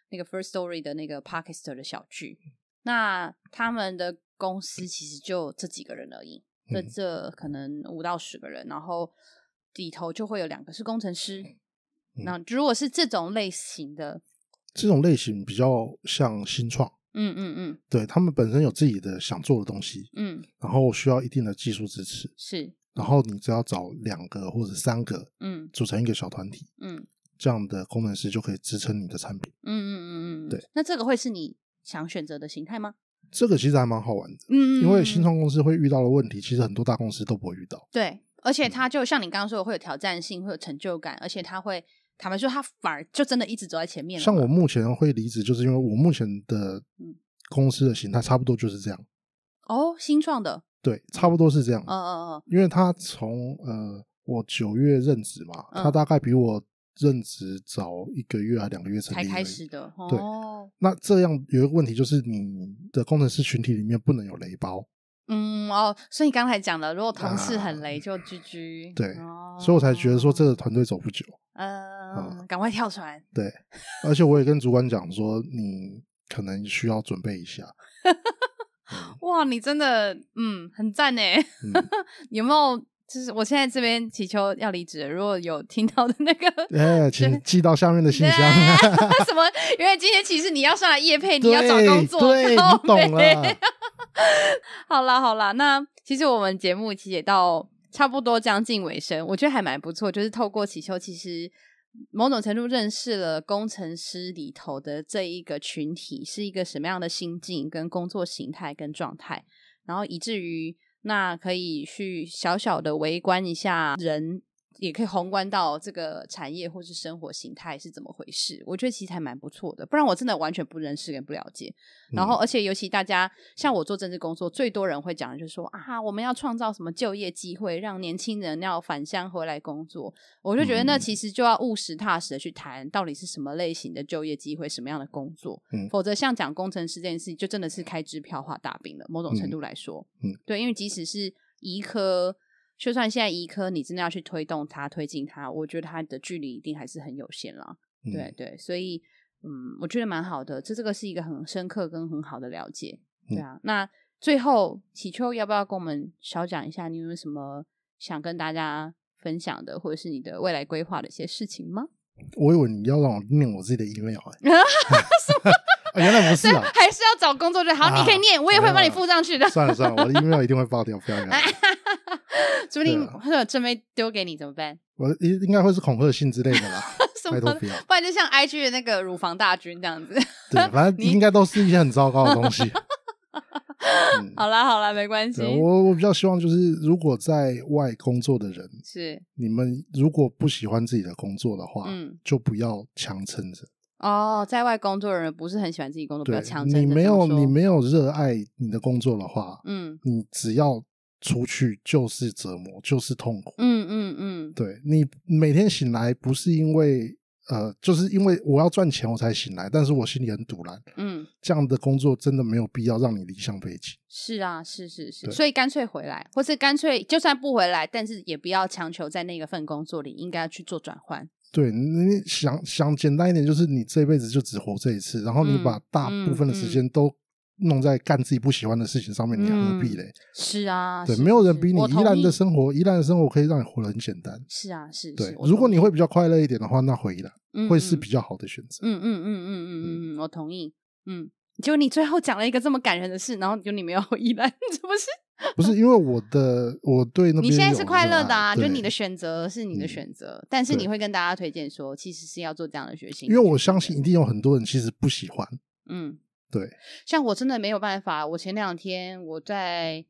那个 First Story 的那个 Podcaster 的小聚，那他们的公司其实就这几个人而已，这可能5到10个人，然后里头就会有2个是工程师。那如果是这种类型的， 这种类型比较像新创，对，他们本身有自己的想做的东西，然后需要一定的技术支持， 是， 然后你只要找2个或者3个，组成一个小团体，这样的工程师就可以支撑你的产品，对。 那这个会是你想选择的形态吗？ 这个其实还蛮好玩的，因为新创公司会遇到的问题，其实很多大公司都不会遇到， 对，而且它就像你刚刚说的，会有挑战性，会有成就感，而且它会坦白说，他反而就真的一直走在前面了。 像我目前会离职，就是因为我目前的公司的形态差不多就是这样。 哦，新创的， 对，差不多是这样。因为他从我9月任职嘛，他大概比我任职早1个月还2个月成立才开始的。 对，那这样有一个问题，就是你的工程师群体里面不能有雷包。 所以你刚才讲的，如果同事很雷就GG。 对，所以我才觉得说这个团队走不久。 赶快跳船。对， 而且我也跟主管讲说，你可能需要准备一下。 哇，你真的很赞耶。有没有就是我现在这边祈求要离职，如果有听到的那个请寄到下面的信箱。 什么因为今天其实你要上来业配，你要找工作， 对，你懂了。 好啦，那其实我们节目其实也到差不多将近尾声，我觉得还蛮不错，就是透过祈求其实某种程度认识了工程师里头的这一个群体是一个什么样的心境跟工作形态跟状态，然后以至于那可以去小小的围观一下人，也可以宏观到这个产业或是生活形态是怎么回事，我觉得其实还蛮不错的，不然我真的完全不认识跟不了解。然后而且尤其大家像我做政治工作，最多人会讲的就是说我们要创造什么就业机会，让年轻人要返乡回来工作，我就觉得那其实就要务实踏实的去谈到底是什么类型的就业机会，什么样的工作，否则像讲工程师这件事就真的是开支票画大饼了，某种程度来说。对，因为即使是医科，就算现在医科你真的要去推动它推进它，我觉得它的距离一定还是很有限啦。对，所以我觉得蛮好的，这个是一个很深刻跟很好的了解。对啊，那最后祈求要不要跟我们小讲一下你有没有什么想跟大家分享的，或者是你的未来规划的一些事情吗？ 我以为你要让我念我自己的 email 原来不是啊， 还是要找工作就好，你可以念，我也会帮你附上去的。 算了，我的 email 一定会爆掉，不要念。 说不定会有正妹丢给你怎么办？ 我应该会是恐吓信之类的啦。拜托不要， 不然就像 IG 的那个乳房大军这样子。 对，反正应该都是一些很糟糕的东西。 好啦，没关系。 我比较希望就是如果在外工作的人， 是你们如果不喜欢自己的工作的话，就不要强撑着。 在外工作的人不是很喜欢自己工作，不要强撑着。 你没有热爱你的工作的话，你只要出去就是折磨，就是痛苦。对，你每天醒来不是因为就是因为我要赚钱我才醒来，但是我心里很堵然。这样的工作真的没有必要让你离乡背景。 是啊，是，所以干脆回来，或是干脆就算不回来，但是也不要强求在那个份工作里，应该要去做转换。 对，你想简单一点，就是你这辈子就只活这一次，然后你把大部分的时间都弄在干自己不喜欢的事情上面，你何必嘞？ 是啊， 对，没有人比你宜兰的生活可以让你活得很简单。 是啊，是。 对，如果你会比较快乐一点的话，那回来会是比较好的选择。 我同意。结果你最后讲了一个这么感人的事，然后就你没有回宜兰，是不是？ 不是，因为我对那边你现在是快乐的啊，就你的选择是你的选择，但是你会跟大家推荐说其实是要做这样的决心， 因为我相信一定有很多人其实不喜欢。对， 像我真的没有办法，我前2天我在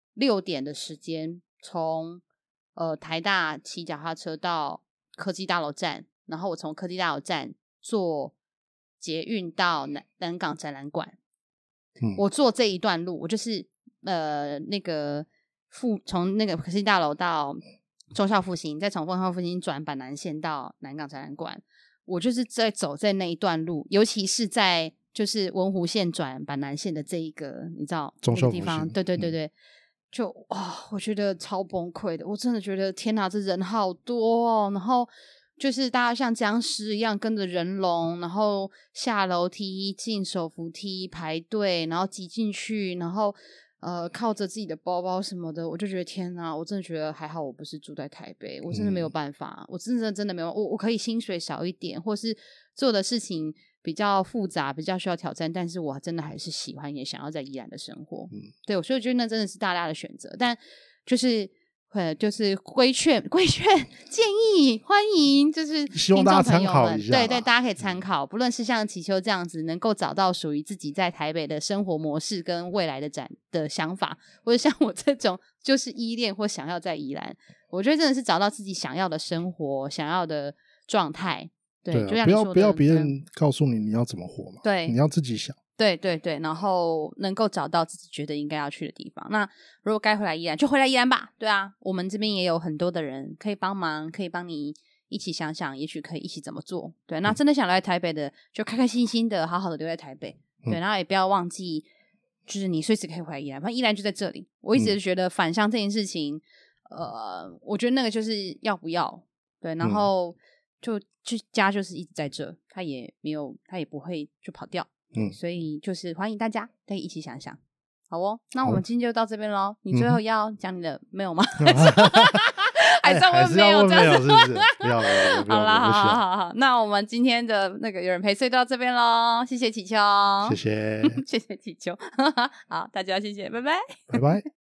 6点的时间从台大骑脚踏车到科技大楼站，然后我从科技大楼站坐捷运到南港展览馆。我坐这一段路，我就是从那个科技大楼到忠孝复兴，再从忠孝复兴转板南线到南港展览馆，我就是在走在那一段路，尤其是在就是文湖线转板南线的这一个你知道那个地方，对，就我觉得超崩溃的，我真的觉得天哪，这人好多哦，然后就是大家像僵尸一样跟着人龙，然后下楼梯进手扶梯排队，然后挤进去，然后靠着自己的包包什么的，我就觉得天哪，我真的觉得还好我不是住在台北，我真的没有办法，我真的没有，我可以薪水少一点，或是做的事情比较复杂，比较需要挑战，但是我真的还是喜欢也想要在宜兰的生活。对，所以我觉得那真的是大家的选择，但就是规劝建议欢迎，就是希望大家参考一下， 对，大家可以参考，不论是像祈求这样子能够找到属于自己在台北的生活模式跟未来的想法，或者像我这种就是依恋或想要在宜兰，我觉得真的是找到自己想要的生活想要的状态。对，就像你说的， 不要别人告诉你要怎么活嘛， 对， 你要自己想。 对，然后能够找到自己觉得应该要去的地方。那如果该回来宜兰就回来宜兰吧，对啊，我们这边也有很多的人可以帮忙，可以帮你一起想想，也许可以一起怎么做。对，那真的想留在台北的，就开开心心的好好的留在台北。对，然后也不要忘记，就是你随时可以回来宜兰，反正宜兰就在这里。我一直觉得返乡这件事情，我觉得那个就是要不要，对，然后就家就是一直在这，他也不会就跑掉。所以就是欢迎大家可以一起想想。好哦，那我们今天就到这边咯。你最后要讲你的没有吗？还是要问没有这样子？ 是不是？不要好啦，好，那我们今天的那个有人陪睡到这边咯，谢谢祈求， 谢谢谢谢祈求。好，大家谢谢，拜拜， 拜拜。